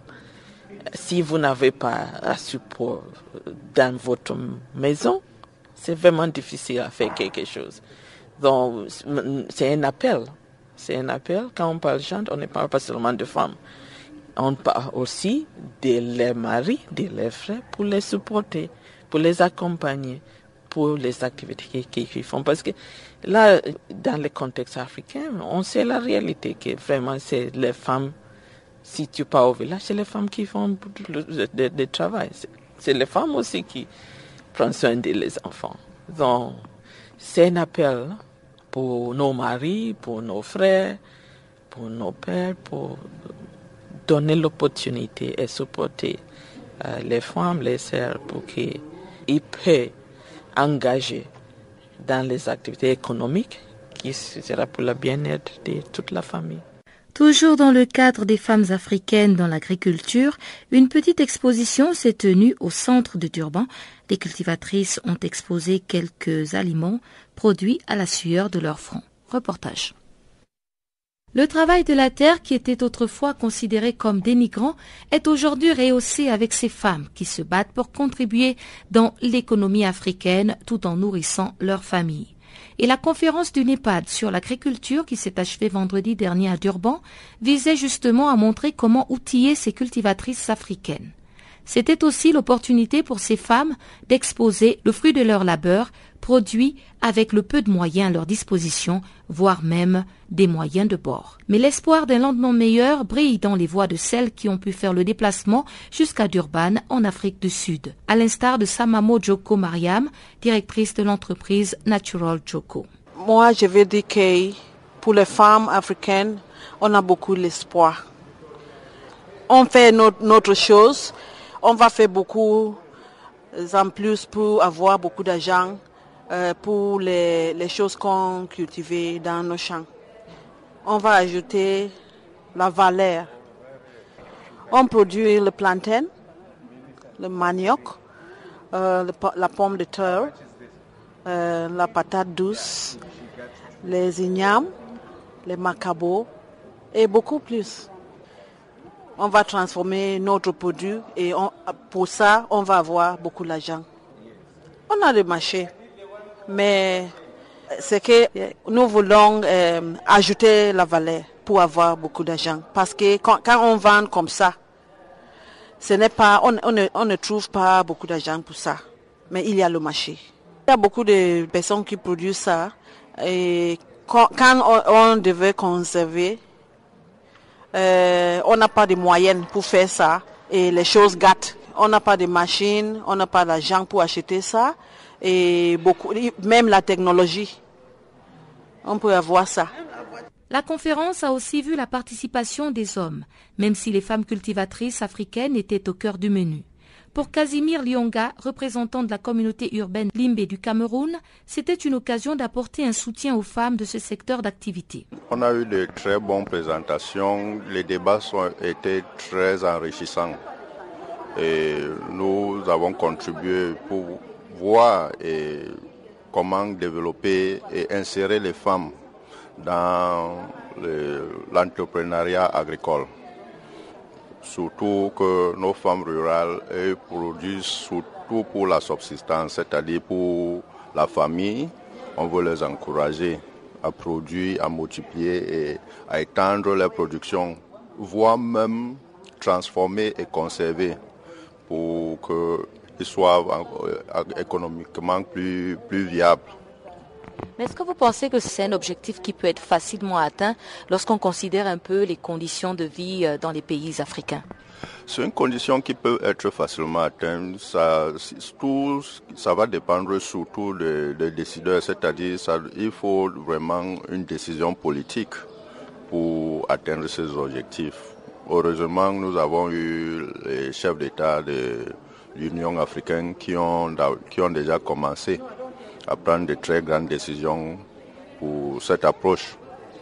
Si vous n'avez pas un support dans votre maison, c'est vraiment difficile à faire quelque chose. Donc, c'est un appel. C'est un appel. Quand on parle genre, on ne parle pas seulement de femmes. On parle aussi de leurs maris, de leurs frères, pour les supporter, pour les accompagner, pour les activités qu'ils font. Parce que là, dans le contexte africain, on sait la réalité que vraiment c'est les femmes. Si tu pars au village, c'est les femmes qui font le, le, le travail. C'est, c'est les femmes aussi qui prennent soin des enfants. Donc, c'est un appel pour nos maris, pour nos frères, pour nos pères, pour donner l'opportunité et supporter euh, les femmes, les sœurs, pour qu'ils puissent engager dans les activités économiques qui sera pour le bien-être de toute la famille. Toujours dans le cadre des femmes africaines dans l'agriculture, une petite exposition s'est tenue au centre de Durban. Les cultivatrices ont exposé quelques aliments produits à la sueur de leur front. Reportage. Le travail de la terre, qui était autrefois considéré comme dénigrant, est aujourd'hui rehaussé avec ces femmes qui se battent pour contribuer dans l'économie africaine tout en nourrissant leur famille. Et la conférence du NEPAD sur l'agriculture qui s'est achevée vendredi dernier à Durban visait justement à montrer comment outiller ces cultivatrices africaines. C'était aussi l'opportunité pour ces femmes d'exposer le fruit de leur labeur, produit avec le peu de moyens à leur disposition, voire même des moyens de bord. Mais l'espoir d'un lendemain meilleur brille dans les voix de celles qui ont pu faire le déplacement jusqu'à Durban, en Afrique du Sud, à l'instar de Samamo Joko Mariam, directrice de l'entreprise Natural Joko. Moi, je veux dire que pour les femmes africaines, on a beaucoup d'espoir. On fait notre, notre chose. On va faire beaucoup en plus pour avoir beaucoup d'argent euh, pour les, les choses qu'on cultive dans nos champs. On va ajouter la valeur. On produit le plantain, le manioc, euh, le, la pomme de terre, euh, la patate douce, les ignames, les macabos et beaucoup plus. on va transformer notre produit et on, pour ça, on va avoir beaucoup d'argent. On a le marché, mais c'est que nous voulons euh, ajouter la valeur pour avoir beaucoup d'argent. Parce que quand, quand on vend comme ça, ce n'est pas, on, on, ne, on ne trouve pas beaucoup d'argent pour ça. Mais il y a le marché. Il y a beaucoup de personnes qui produisent ça. Et quand, quand on, on devait conserver, euh, on n'a pas de moyens pour faire ça. Et les choses gâtent. On n'a pas de machines, on n'a pas d'argent pour acheter ça. Et beaucoup, même la technologie, on peut avoir ça. La conférence a aussi vu la participation des hommes, même si les femmes cultivatrices africaines étaient au cœur du menu. Pour Casimir Lionga, représentant de la communauté urbaine Limbe du Cameroun, c'était une occasion d'apporter un soutien aux femmes de ce secteur d'activité. On a eu de très bonnes présentations, les débats ont été très enrichissants. Et nous avons contribué pour voir et comment développer et insérer les femmes dans le, l'entrepreneuriat agricole. Surtout que nos femmes rurales elles, produisent surtout pour la subsistance, c'est-à-dire pour la famille. On veut les encourager à produire, à multiplier et à étendre leur production, voire même transformer et conserver pour qu'ils soient économiquement plus, plus viables. Mais est-ce que vous pensez que c'est un objectif qui peut être facilement atteint lorsqu'on considère un peu les conditions de vie dans les pays africains? C'est une condition qui peut être facilement atteinte. Ça, tout, ça va dépendre surtout des, des décideurs, c'est-à-dire il faut vraiment une décision politique pour atteindre ces objectifs. Heureusement, nous avons eu les chefs d'État de l'Union africaine qui ont, qui ont déjà commencé à prendre de très grandes décisions pour cette approche.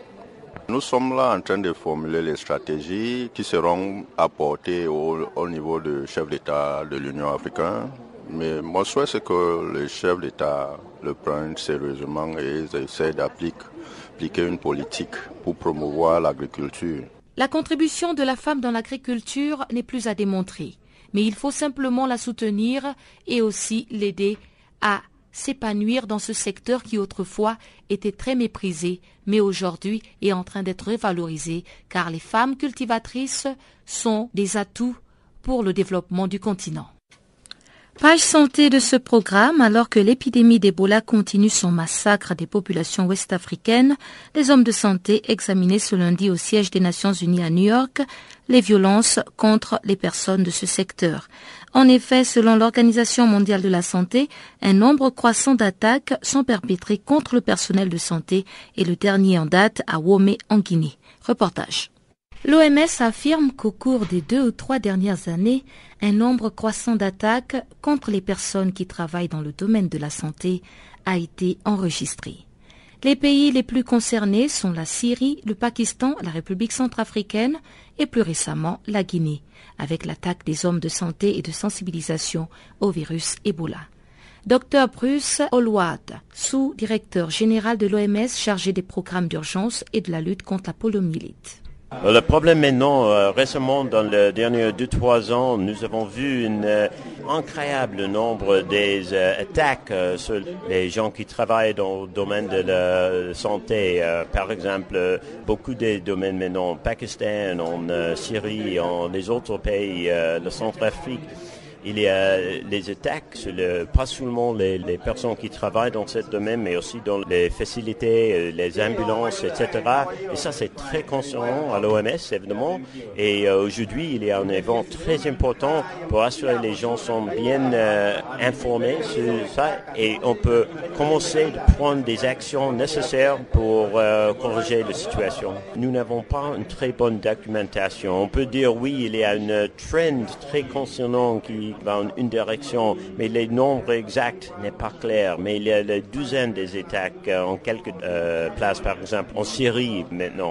Nous sommes là en train de formuler les stratégies qui seront apportées au, au niveau du chef d'État de l'Union africaine. Mais mon souhait, c'est que les chefs d'État le prennent sérieusement et essaient d'appliquer une politique pour promouvoir l'agriculture. La contribution de la femme dans l'agriculture n'est plus à démontrer, mais il faut simplement la soutenir et aussi l'aider à s'épanouir dans ce secteur qui autrefois était très méprisé, mais aujourd'hui est en train d'être valorisé car les femmes cultivatrices sont des atouts pour le développement du continent. Page santé de ce programme, alors que l'épidémie d'Ebola continue son massacre des populations ouest-africaines, les hommes de santé examinaient ce lundi au siège des Nations Unies à New York les violences contre les personnes de ce secteur. En effet, selon l'Organisation mondiale de la santé, un nombre croissant d'attaques sont perpétrées contre le personnel de santé et le dernier en date à Womé en Guinée. Reportage. L'O M S affirme qu'au cours des deux ou trois dernières années, un nombre croissant d'attaques contre les personnes qui travaillent dans le domaine de la santé a été enregistré. Les pays les plus concernés sont la Syrie, le Pakistan, la République centrafricaine et plus récemment la Guinée, avec l'attaque des hommes de santé et de sensibilisation au virus Ebola. Docteur Bruce Holwart, sous-directeur général de l'O M S chargé des programmes d'urgence et de la lutte contre la poliomyélite. Le problème maintenant, euh, récemment, dans les derniers deux trois ans, nous avons vu un euh, incroyable nombre des euh, attaques euh, sur les gens qui travaillent dans le domaine de la santé. Euh, par exemple, euh, beaucoup des domaines maintenant, en Pakistan, en euh, Syrie, en les autres pays, euh, le Centrafrique. Il y a les attaques sur le, pas seulement les, les personnes qui travaillent dans ce domaine, mais aussi dans les facilités, les ambulances, et cetera. Et ça, c'est très concernant à l'O M S, évidemment. Et euh, aujourd'hui, il y a un événement très important pour assurer que les gens sont bien euh, informés sur ça. Et on peut commencer à prendre des actions nécessaires pour euh, corriger la situation. Nous n'avons pas une très bonne documentation. On peut dire, oui, il y a une trend très concernant qui dans une direction, mais les nombres exacts n'est pas clair. Mais il y a des douzaines des attaques en quelques euh, places, par exemple en Syrie maintenant.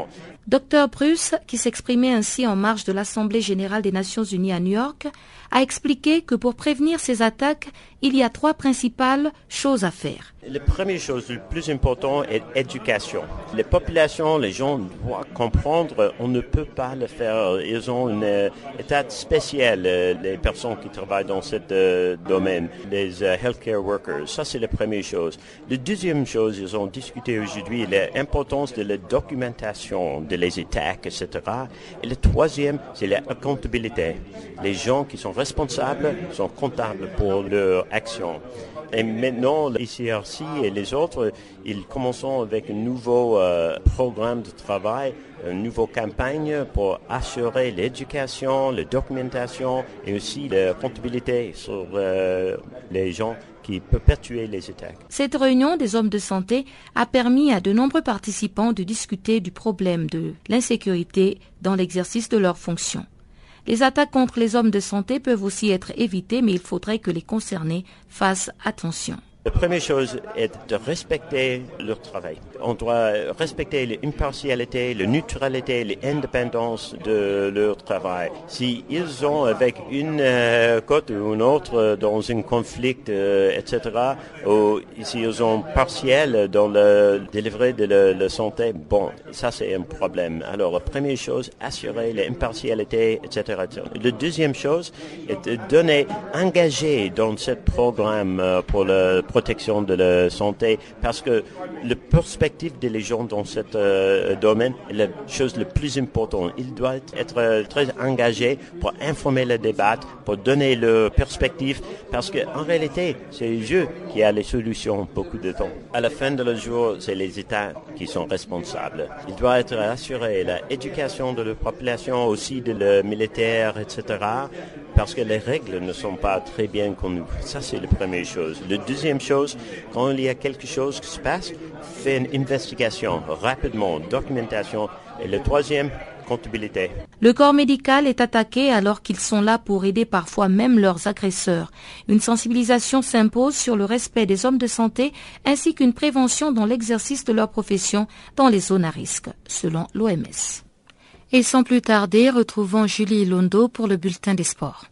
Docteur Bruce, qui s'exprimait ainsi en marge de l'Assemblée générale des Nations unies à New York, a expliqué que pour prévenir ces attaques, il y a trois principales choses à faire. La première chose, le plus important, est l'éducation. Les populations, les gens doivent comprendre, on ne peut pas le faire. Ils ont un euh, état spécial, euh, les personnes qui travaillent dans ce euh, domaine, les euh, healthcare workers. Ça, c'est la première chose. La deuxième chose, ils ont discuté aujourd'hui l'importance de la documentation de les attaques, et cetera. Et le troisième, c'est la accountabilité. Les gens qui sont responsables sont comptables pour leur action. Et maintenant, l'I C R C et les autres, ils commencent avec un nouveau euh, programme de travail, une nouvelle campagne pour assurer l'éducation, la documentation et aussi la comptabilité sur euh, les gens qui perpétuent les attaques. Cette réunion des hommes de santé a permis à de nombreux participants de discuter du problème de l'insécurité dans l'exercice de leurs fonctions. Les attaques contre les hommes de santé peuvent aussi être évitées, mais il faudrait que les concernés fassent attention. La première chose est de respecter leur travail. On doit respecter l'impartialité, la neutralité, l'indépendance de leur travail. Si ils sont avec une euh, côte ou une autre dans un conflit, euh, et cetera, ou s'ils sont partiels dans le délivré de la, la santé, bon, ça c'est un problème. Alors, la première chose, assurer l'impartialité, et cetera, et cetera. La deuxième chose est de donner, engager dans ce programme euh, pour le protection de la santé, parce que la perspective des gens dans ce euh, domaine est la chose la plus importante. Ils doivent être euh, très engagés pour informer le débat, pour donner leur perspective, parce qu'en réalité, c'est eux qui ont les solutions beaucoup de temps. À la fin de le jour, c'est les États qui sont responsables. Ils doivent être assurés l'éducation de la population, aussi de le militaire, et cetera, parce que les règles ne sont pas très bien connues. Ça, c'est la première chose. La deuxième chose, quand il y a quelque chose qui se passe, fait une investigation rapidement, documentation. Et le troisième, comptabilité. Le corps médical est attaqué alors qu'ils sont là pour aider parfois même leurs agresseurs. Une sensibilisation s'impose sur le respect des hommes de santé ainsi qu'une prévention dans l'exercice de leur profession dans les zones à risque, selon l'O M S. Et sans plus tarder, retrouvons Julie Londo pour le bulletin des sports.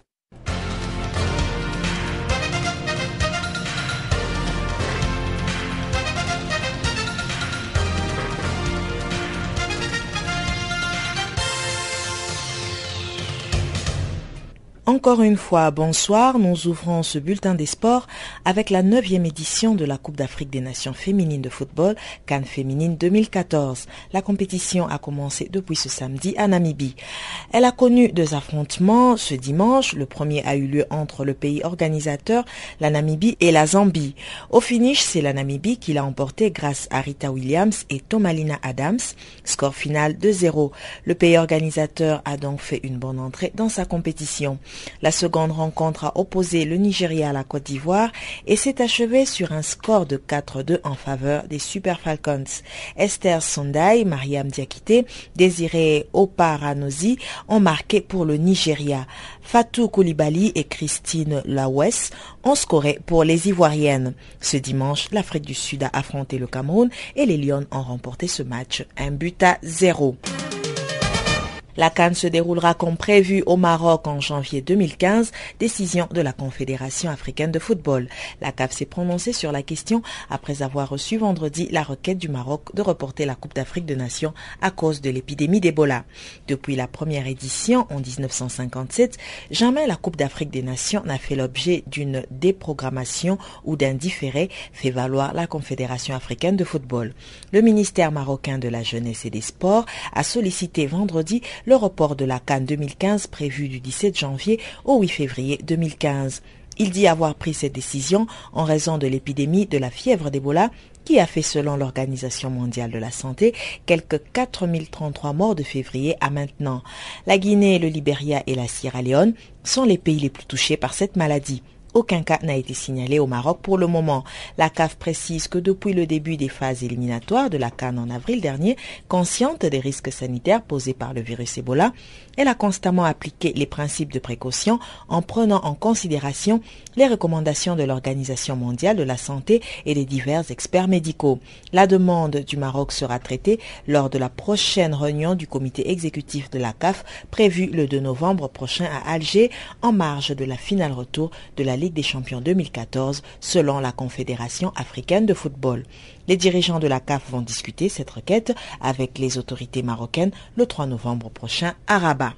Encore une fois, bonsoir. Nous ouvrons ce bulletin des sports avec la neuvième édition de la Coupe d'Afrique des Nations féminines de football, CAN féminine deux mille quatorze. La compétition a commencé depuis ce samedi à Namibie. Elle a connu deux affrontements ce dimanche. Le premier a eu lieu entre le pays organisateur, la Namibie, et la Zambie. Au finish, c'est la Namibie qui l'a emporté grâce à Rita Williams et Tomalina Adams. Score final deux zéro. Le pays organisateur a donc fait une bonne entrée dans sa compétition. La seconde rencontre a opposé le Nigeria à la Côte d'Ivoire et s'est achevée sur un score de quatre deux en faveur des Super Falcons. Esther Sondai, Mariam Diakité, Désiré Oparanozi ont marqué pour le Nigeria. Fatou Koulibaly et Christine Lawes ont scoré pour les Ivoiriennes. Ce dimanche, l'Afrique du Sud a affronté le Cameroun et les Lions ont remporté ce match un but à zéro. La CAN se déroulera comme prévu au Maroc en janvier deux mille quinze, décision de la Confédération africaine de football. La C A F s'est prononcée sur la question après avoir reçu vendredi la requête du Maroc de reporter la Coupe d'Afrique des Nations à cause de l'épidémie d'Ebola. Depuis la première édition en dix-neuf cent cinquante-sept, jamais la Coupe d'Afrique des Nations n'a fait l'objet d'une déprogrammation ou d'un différé, fait valoir la Confédération africaine de football. Le ministère marocain de la Jeunesse et des Sports a sollicité vendredi le report de la CAN deux mille quinze prévu du dix-sept janvier au huit février deux mille quinze. Il dit avoir pris cette décision en raison de l'épidémie de la fièvre d'Ebola qui a fait, selon l'Organisation mondiale de la santé, quelques quatre mille trente-trois morts de février à maintenant. La Guinée, le Libéria et la Sierra Leone sont les pays les plus touchés par cette maladie. Aucun cas n'a été signalé au Maroc pour le moment. La C A F précise que depuis le début des phases éliminatoires de la CAN en avril dernier, consciente des risques sanitaires posés par le virus Ebola, elle a constamment appliqué les principes de précaution en prenant en considération les recommandations de l'Organisation mondiale de la santé et des divers experts médicaux. La demande du Maroc sera traitée lors de la prochaine réunion du comité exécutif de la C A F prévue le deux novembre prochain à Alger en marge de la finale retour de la Ligue des champions deux mille quatorze selon la Confédération africaine de football. Les dirigeants de la C A F vont discuter cette requête avec les autorités marocaines le trois novembre prochain à Rabat.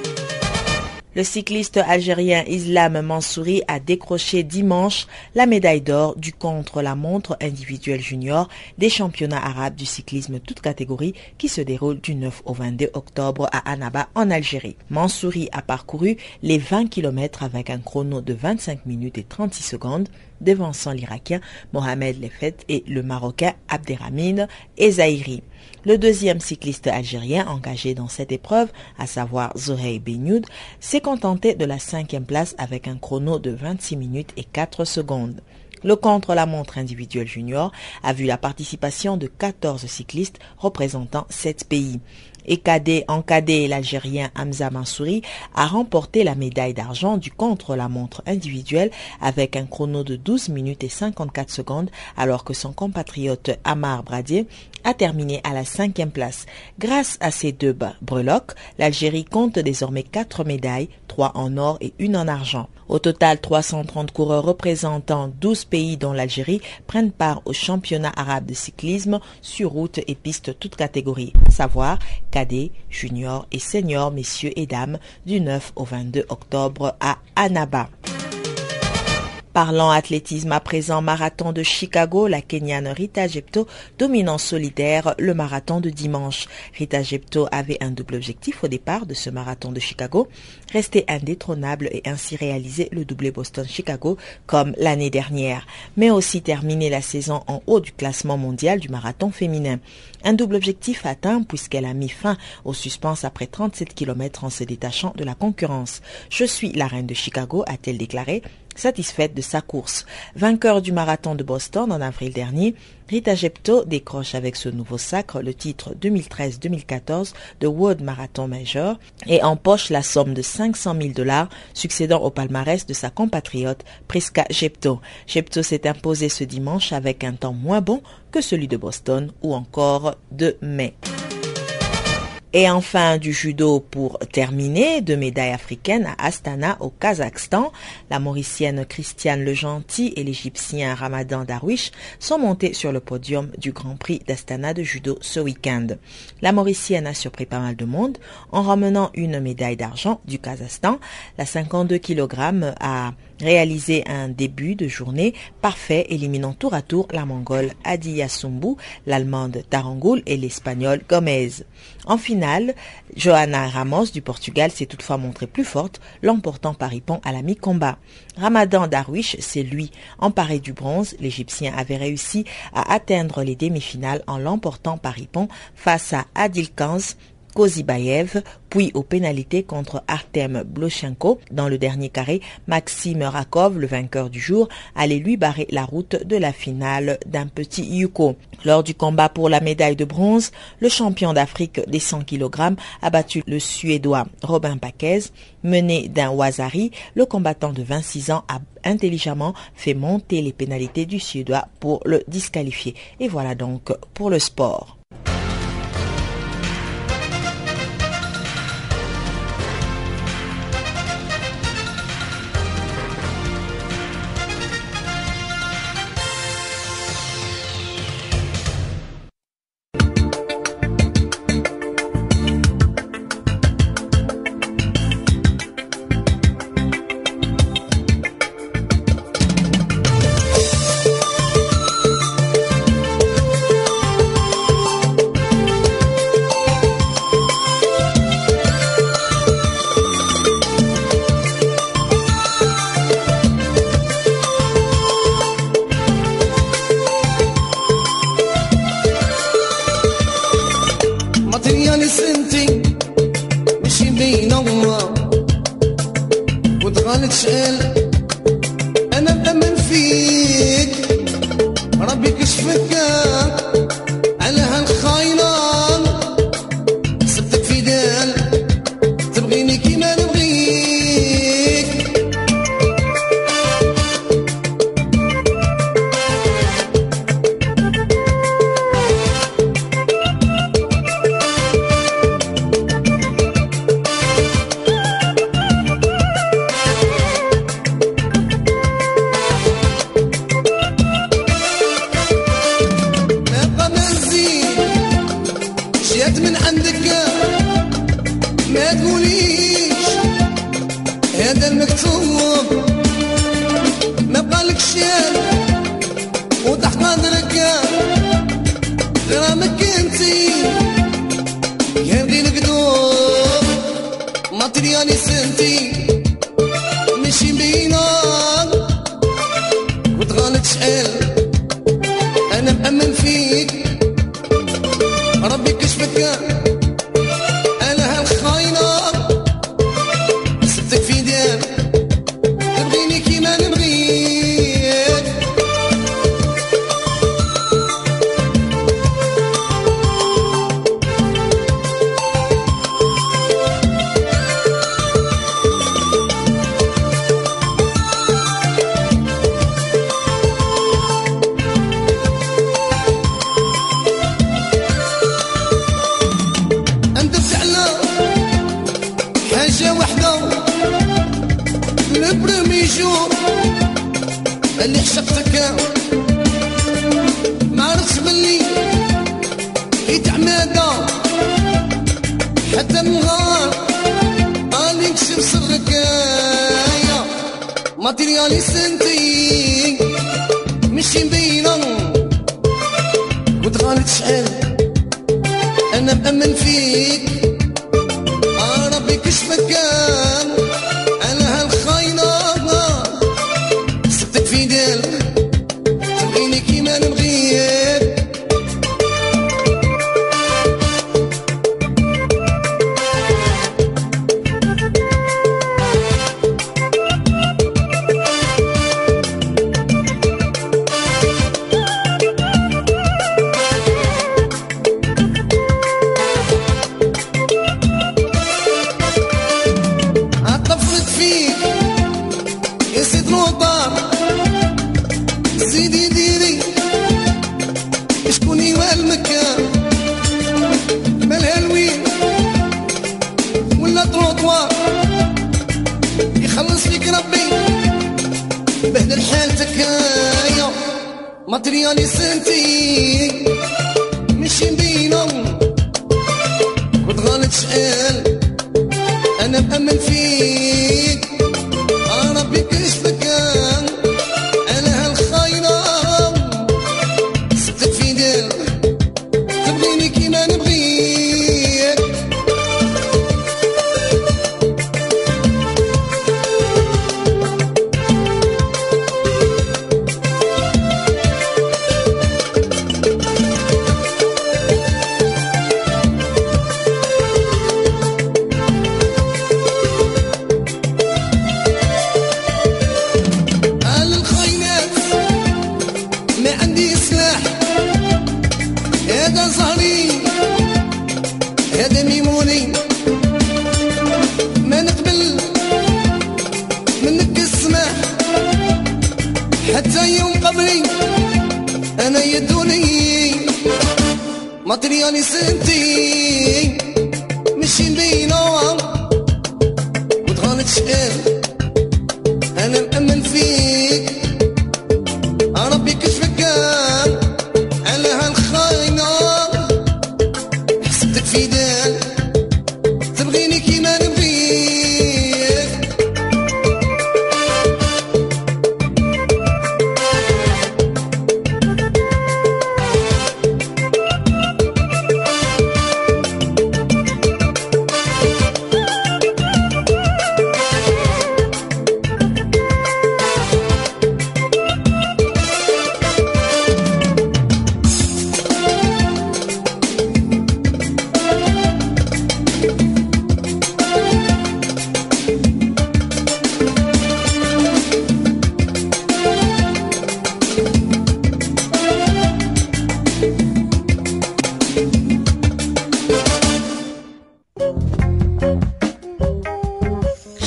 Le cycliste algérien Islam Mansouri a décroché dimanche la médaille d'or du contre-la-montre individuel junior des championnats arabes du cyclisme toutes catégories qui se déroulent du neuf au vingt-deux octobre à Annaba en Algérie. Mansouri a parcouru les vingt kilomètres avec un chrono de vingt-cinq minutes et trente-six secondes, devançant l'Irakien Mohamed Lefet et le Marocain Abderrahmine Ezaïri. Le deuxième cycliste algérien engagé dans cette épreuve, à savoir Zohey Benyoud, s'est contenté de la cinquième place avec un chrono de vingt-six minutes et quatre secondes. Le contre-la-montre individuel junior a vu la participation de quatorze cyclistes représentant sept pays. Et cadet, en cadet, l'Algérien Hamza Mansouri a remporté la médaille d'argent du contre-la-montre individuel avec un chrono de douze minutes et cinquante-quatre secondes, alors que son compatriote Amar Bradier a terminé à la cinquième place. Grâce à ces deux breloques, l'Algérie compte désormais quatre médailles, trois en or et une en argent. Au total, trois cent trente coureurs représentant douze pays dont l'Algérie prennent part au championnat arabe de cyclisme sur route et piste toutes catégories, à savoir cadets, juniors et seniors, messieurs et dames, du neuf au vingt-deux octobre à Annaba. Parlant athlétisme à présent, marathon de Chicago, la Kenyane Rita Jepto domine en solitaire le marathon de dimanche. Rita Jepto avait un double objectif au départ de ce marathon de Chicago, rester indétrônable et ainsi réaliser le doublé Boston-Chicago comme l'année dernière, mais aussi terminer la saison en haut du classement mondial du marathon féminin. Un double objectif atteint puisqu'elle a mis fin au suspense après trente-sept kilomètres en se détachant de la concurrence. « Je suis la reine de Chicago », a-t-elle déclaré, satisfaite de sa course. Vainqueur du marathon de Boston en avril dernier, Rita Jepto décroche avec ce nouveau sacre le titre deux mille treize deux mille quatorze de World Marathon Major et empoche la somme de cinq cent mille dollars, succédant au palmarès de sa compatriote Priska Jepto. Jepto s'est imposée ce dimanche avec un temps moins bon que celui de Boston ou encore de mai. Et enfin, du judo pour terminer, deux médailles africaines à Astana au Kazakhstan. La Mauricienne Christiane Legentil et l'Égyptien Ramadan Darwish sont montés sur le podium du Grand Prix d'Astana de judo ce week-end. La Mauricienne a surpris pas mal de monde en ramenant une médaille d'argent du Kazakhstan. La cinquante-deux kilogrammes a réalisé un début de journée parfait, éliminant tour à tour la Mongole Adiya Sumbu, l'Allemande Tarangoul et l'Espagnole Gomez. En finale, Johanna Ramos du Portugal s'est toutefois montrée plus forte, l'emportant par ippon à la mi-combat. Ramadan Darwish s'est lui emparé du bronze. L'Égyptien avait réussi à atteindre les demi-finales en l'emportant par ippon face à Adilkans Kozibayev, puis aux pénalités contre Artem Blochenko. Dans le dernier carré, Maxime Rakov, le vainqueur du jour, allait lui barrer la route de la finale d'un petit Yuko. Lors du combat pour la médaille de bronze, le champion d'Afrique des cent kilogrammes a battu le Suédois Robin Paquez. Mené d'un Wazari, le combattant de vingt-six ans a intelligemment fait monter les pénalités du Suédois pour le disqualifier. Et voilà donc pour le sport.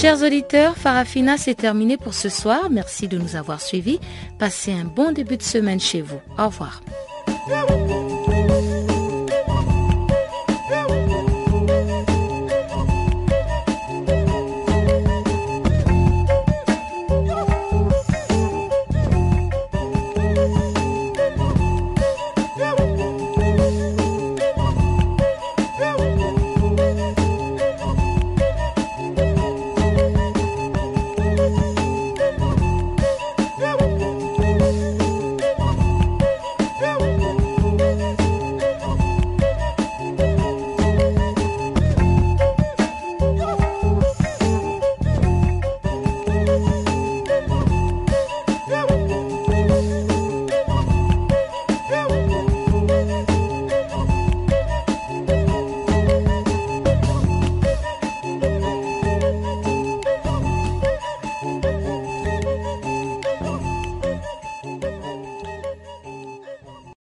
Chers auditeurs, Farafina, c'est terminé pour ce soir. Merci de nous avoir suivis. Passez un bon début de semaine chez vous. Au revoir.